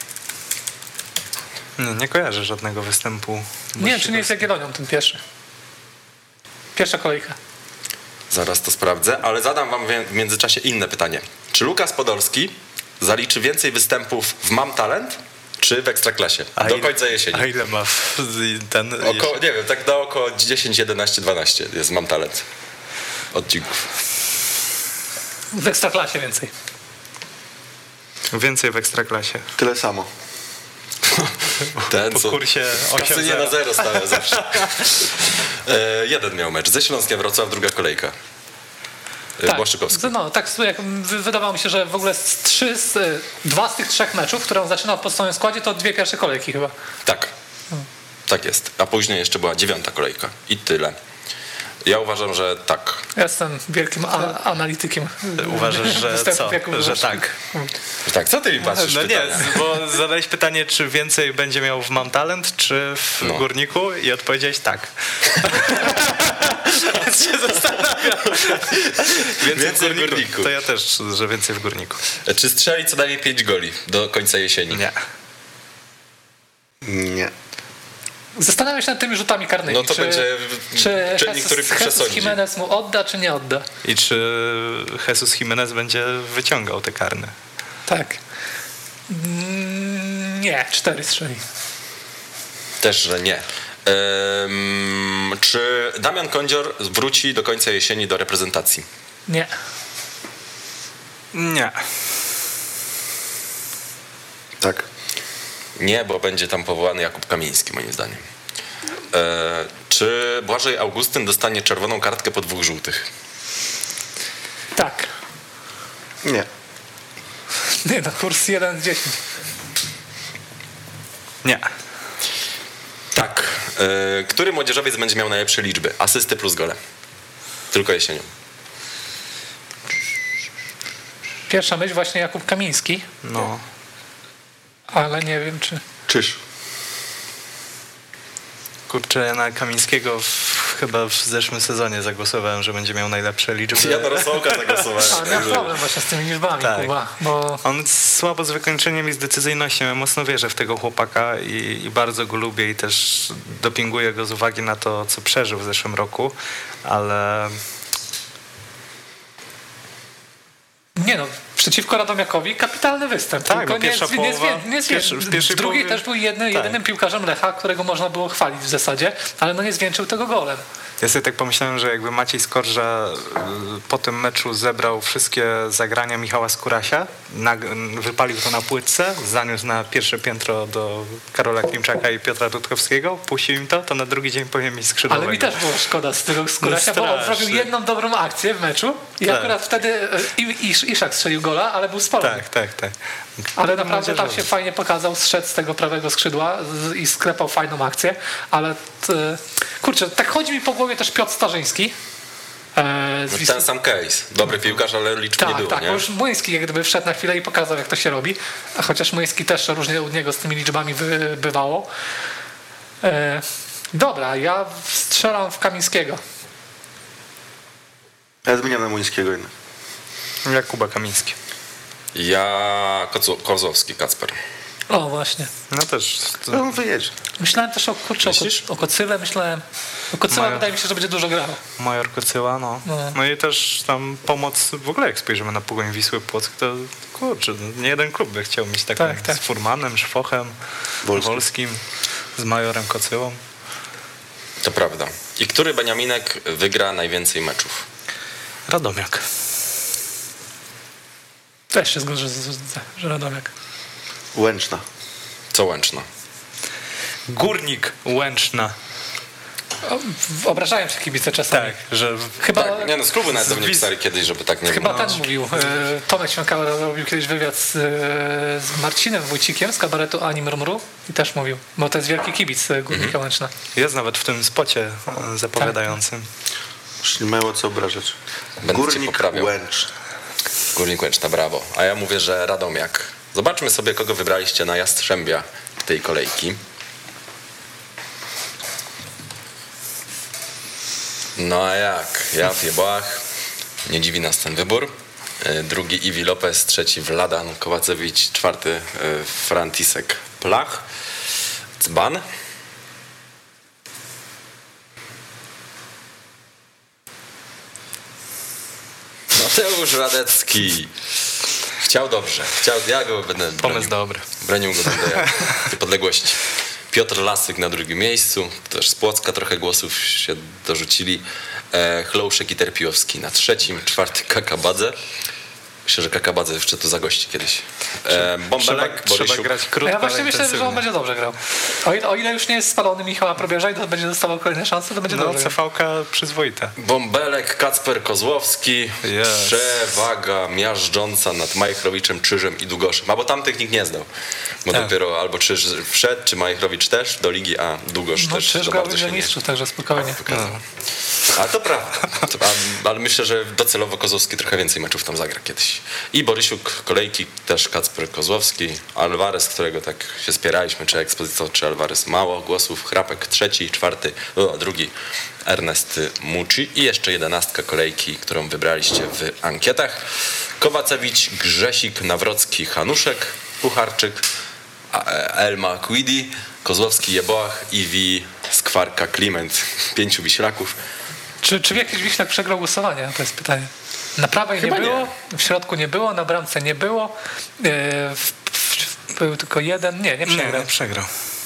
Nie kojarzę żadnego występu. Nie wiem, czy nie jest Jagiellonią ten pierwszy. Pierwsza kolejka. Zaraz to sprawdzę, ale zadam wam w międzyczasie inne pytanie. Czy Lukas Podolski zaliczy więcej występów w Mam Talent, czy w Ekstraklasie? Do końca jesieni. A ile ma ten... Nie wiem, tak na około 10, 11, 12 jest Mam Talent odcinków. W Ekstraklasie więcej. Więcej w Ekstraklasie. Tyle samo. Ten, Po kursie kasynie 8-0. na 0 stałem zawsze. 1 miał mecz ze Śląskiem Wrocław, druga kolejka. Błaszczykowski. No, tak jak wydawało mi się, że w ogóle 2 z tych 3 meczów, które on zaczynał w podstawowym składzie, to 2 pierwsze kolejki chyba. Tak. Tak jest. A później jeszcze była 9 kolejka. I tyle. Ja uważam, że tak. Ja jestem wielkim analitykiem. Uważasz, że co? Że tak. Tak, co ty mi patrzysz No nie, pytania? bo zadałeś pytanie, czy więcej będzie miał w Mam Talent, czy w Górniku i odpowiedziałeś tak. Więc się zastanawiam. Więcej w Górniku. To ja też, że więcej w Górniku. Czy strzeli co najmniej 5 goli do końca jesieni? Nie. Nie. Zastanawiam się nad tymi rzutami karnymi. No to będzie czynnik, który Jesus przesądzi. Jimenez mu odda, czy nie odda? I czy Jesus Jimenez będzie wyciągał te karne? Tak. Nie, 4 strzeli. Też, że nie. Czy Damian Kądzior wróci do końca jesieni do reprezentacji? Nie. Nie. Tak. Nie, bo będzie tam powołany Jakub Kamiński, moim zdaniem. Czy Błażej Augustyn dostanie czerwoną kartkę po 2 żółtych? Tak. Nie. Nie, no kurs 1-10. Nie. Tak. Który młodzieżowiec będzie miał najlepsze liczby? Asysty plus gole. Tylko jesienią. Pierwsza myśl właśnie Jakub Kamiński, No. ale nie wiem czy... Czyż. Kurczę, ja na Kamińskiego chyba w zeszłym sezonie zagłosowałem, że będzie miał najlepsze liczby. Ja na Rosławka zagłosowałem. Ale miał problem właśnie z tymi liczbami, Tak. Kuba, bo... On słabo z wykończeniem i z decyzyjnością. Ja mocno wierzę w tego chłopaka i bardzo go lubię i też dopinguję go z uwagi na to, co przeżył w zeszłym roku, ale Nie no, przeciwko Radomiakowi kapitalny występ. Tak, tylko no pierwsza nie, połowa, nie, w pierwszej w drugiej połowie- też był jedynym piłkarzem Lecha, którego można było chwalić w zasadzie, ale no nie zwieńczył tego golem. ja sobie tak pomyślałem, że jakby Maciej Skorża po tym meczu zebrał wszystkie zagrania Michała Skórasia, wypalił to na płytce, zaniósł na pierwsze piętro do Karola Klimczaka i Piotra Rutkowskiego, puścił im to na drugi dzień powiem mi skrzydłowego. Ale mi też było szkoda z tego Skórasia, bo on strasznie. zrobił jedną dobrą akcję w meczu i Tak. akurat wtedy Iszak strzelił gola, ale był spalony. Tak. Ale naprawdę tam się fajnie pokazał, zszedł z tego prawego skrzydła i sklepał fajną akcję, ale kurczę, tak chodzi mi po głowie też Piotr Starzyński. Z Wisły. Ten sam case. Dobry piłkarz, ale liczb nie było, Tak, nie? bo już Młyński jak gdyby wszedł na chwilę i pokazał, jak to się robi, a chociaż Młyński też różnie u niego z tymi liczbami bywało. Dobra, ja strzelam w Kamińskiego. Ja zmieniam na Młyńskiego jednak. Jakuba Kamiński. Ja Kozłowski, Kacper. O, właśnie. No też. To on wyjedzie. Myślałem też Myślisz? o Kocyle, O Kocyla Mają. wydaje mi się, że będzie dużo grał. Major Kocyła, no i też tam pomoc, w ogóle jak spojrzymy na Pogoń Wisły Płock, to kurczę, nie jeden klub by chciał mieć taką Tak. z Furmanem, Szwochem, Wolskim, z Majorem Kocyłą. To prawda. I który Beniaminek wygra najwięcej meczów? Radomiak. Też się zgodzę, że Radomiak. Łęczna. Co Łęczna? Górnik Łęczna. Obrażają się kibice czasami. Tak, że Chyba, Tak, nie no, z klubu nawet do mnie pisali kiedyś, żeby tak nie chyba było. ten mówił. Tomek Świąkała robił kiedyś wywiad z Marcinem Wójcikiem z kabaretu Ani Mrmru i też mówił, bo to jest wielki kibic Górnika Łęczna. jest nawet w tym spocie zapowiadającym. Już nie mało co obrażać. Będę cię Górnik poprawiał. Łęczna. Górnik Łęczna, brawo. A ja mówię, że Radomiak. Zobaczmy sobie, kogo wybraliście na Jastrzębia tej kolejki. No a jak? Ja w Jeboach. Nie dziwi nas ten wybór. Drugi Iwi Lopez, trzeci Wladan Kowacewicz, czwarty Franciszek Plach. Dzban. Mateusz Radecki. Chciał dobrze. Ja go będę Pomysł dobry. bronił go będę jak niepodległości. Piotr Lasyk na drugim miejscu. Też z Płocka trochę głosów się dorzucili. Chlouszek i Terpiłowski na trzecim. Czwarty Kakabadze. Myślę, że Kakabadze jeszcze tu zagości kiedyś. Bąbelek, Trzeba Borysiuk. grać A krótko, ja właśnie ale myślę, że on intensywnie. będzie dobrze grał. O ile już nie jest spalony Michała Probierza i to będzie dostawał kolejne szanse, to będzie No, dobrze. CV-ka przyzwoita. Bąbelek, Kacper Kozłowski. Yes. Przewaga miażdżąca nad Majchrowiczem, Czyżem i Długoszem. A bo tamtych nikt nie znał. Bo Tak. dopiero albo Czyż wszedł, czy Majchrowicz też do ligi, a Długosz No też przecież za grał bardzo dla się nie mistrzów, także spokojnie. pokazał. A to prawda. Ale myślę, że docelowo Kozłowski trochę więcej meczów tam zagra kiedyś. I Borysiuk, kolejki, też Kacper Kozłowski, Alvarez, którego tak się spieraliśmy, czy Ekspozyto, czy Alvarez. Mało głosów, Chrapek trzeci, czwarty, drugi Ernest Mucci i jeszcze 11 kolejki, którą wybraliście w ankietach. Kowacewicz, Grzesik, Nawrocki, Hanuszek, Pucharczyk, Elma Quidi, Kozłowski, Jeboach, Iwi, Skwarka, Kliment. 5 wiślaków. Czy jakiś Wiśniak przegrał głosowanie? To jest pytanie. Na prawej Chyba nie było, w środku nie było, na bramce nie było. Był tylko jeden. Nie przegrał. Nie przegrał.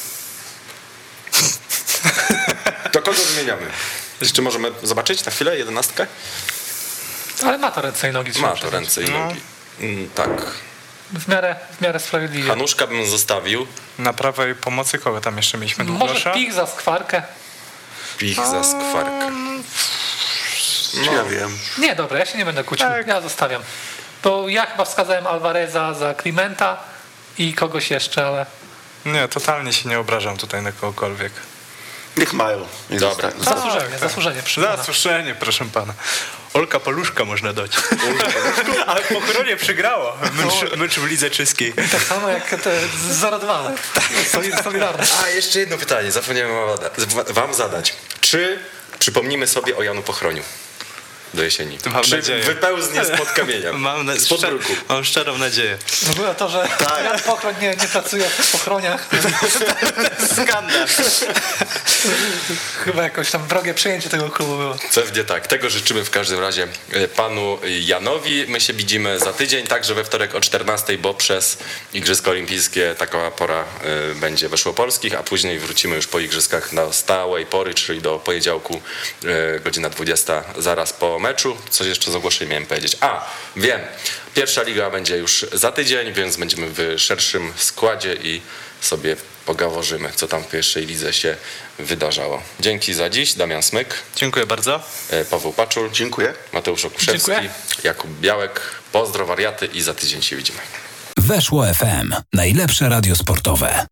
To kogo wymieniamy? Jeszcze możemy zobaczyć na chwilę 11? Ale ma to ręce i nogi. trzeba Ma to przyznać. ręce i nogi. Tak. W miarę sprawiedliwie. Hanuszka bym zostawił. Na prawej pomocy kogo tam jeszcze mieliśmy? Może Długosza? Pich za Skwarkę. Pich za Skwarkę. Ja wiem. Nie, dobra, ja się nie będę kłócił. Tak. Ja zostawiam. Bo ja chyba wskazałem Alvareza za Klimenta i kogoś jeszcze, ale... Nie, totalnie się nie obrażam tutaj na kogokolwiek. Niech mają. Niech Dobra. zostaną. Zasłużenie. Przypada. Zasłyszenie, proszę pana. Olka Paluszka można dać. Ale w Pochoronie przegrała mecz w Lidze Czeskiej. Tak samo jak te 0-2. Solidarność. A, jeszcze jedno pytanie, zapomniałem wam zadać. Czy przypomnimy sobie o Janu Pochroniu do jesieni? Mam Czy nadzieję. wypełznie spod kamienia? Spod bruku. Mam szczerą nadzieję. No było to, że Jan Pochroń nie pracuje w pochroniach. Skandal. Chyba jakoś tam wrogie przejęcie tego klubu było. Pewnie tak. Tego życzymy w każdym razie panu Janowi. My się widzimy za tydzień, także we wtorek o 14:00, bo przez Igrzyska Olimpijskie taka pora będzie weszłopolskich, a później wrócimy już po Igrzyskach na stałej pory, czyli do poniedziałku, godzina 20, zaraz po meczu. Coś jeszcze z ogłoszeń miałem powiedzieć. Wiem. Pierwsza liga będzie już za tydzień, więc będziemy w szerszym składzie i sobie pogaworzymy, co tam w pierwszej lidze się wydarzało. Dzięki za dziś. Damian Smyk, Dziękuję bardzo. Paweł Paczul, Dziękuję. Mateusz Okuszewski, Dziękuję. Jakub Białek. Pozdro wariaty i za tydzień się widzimy. Weszło FM. Najlepsze radio sportowe.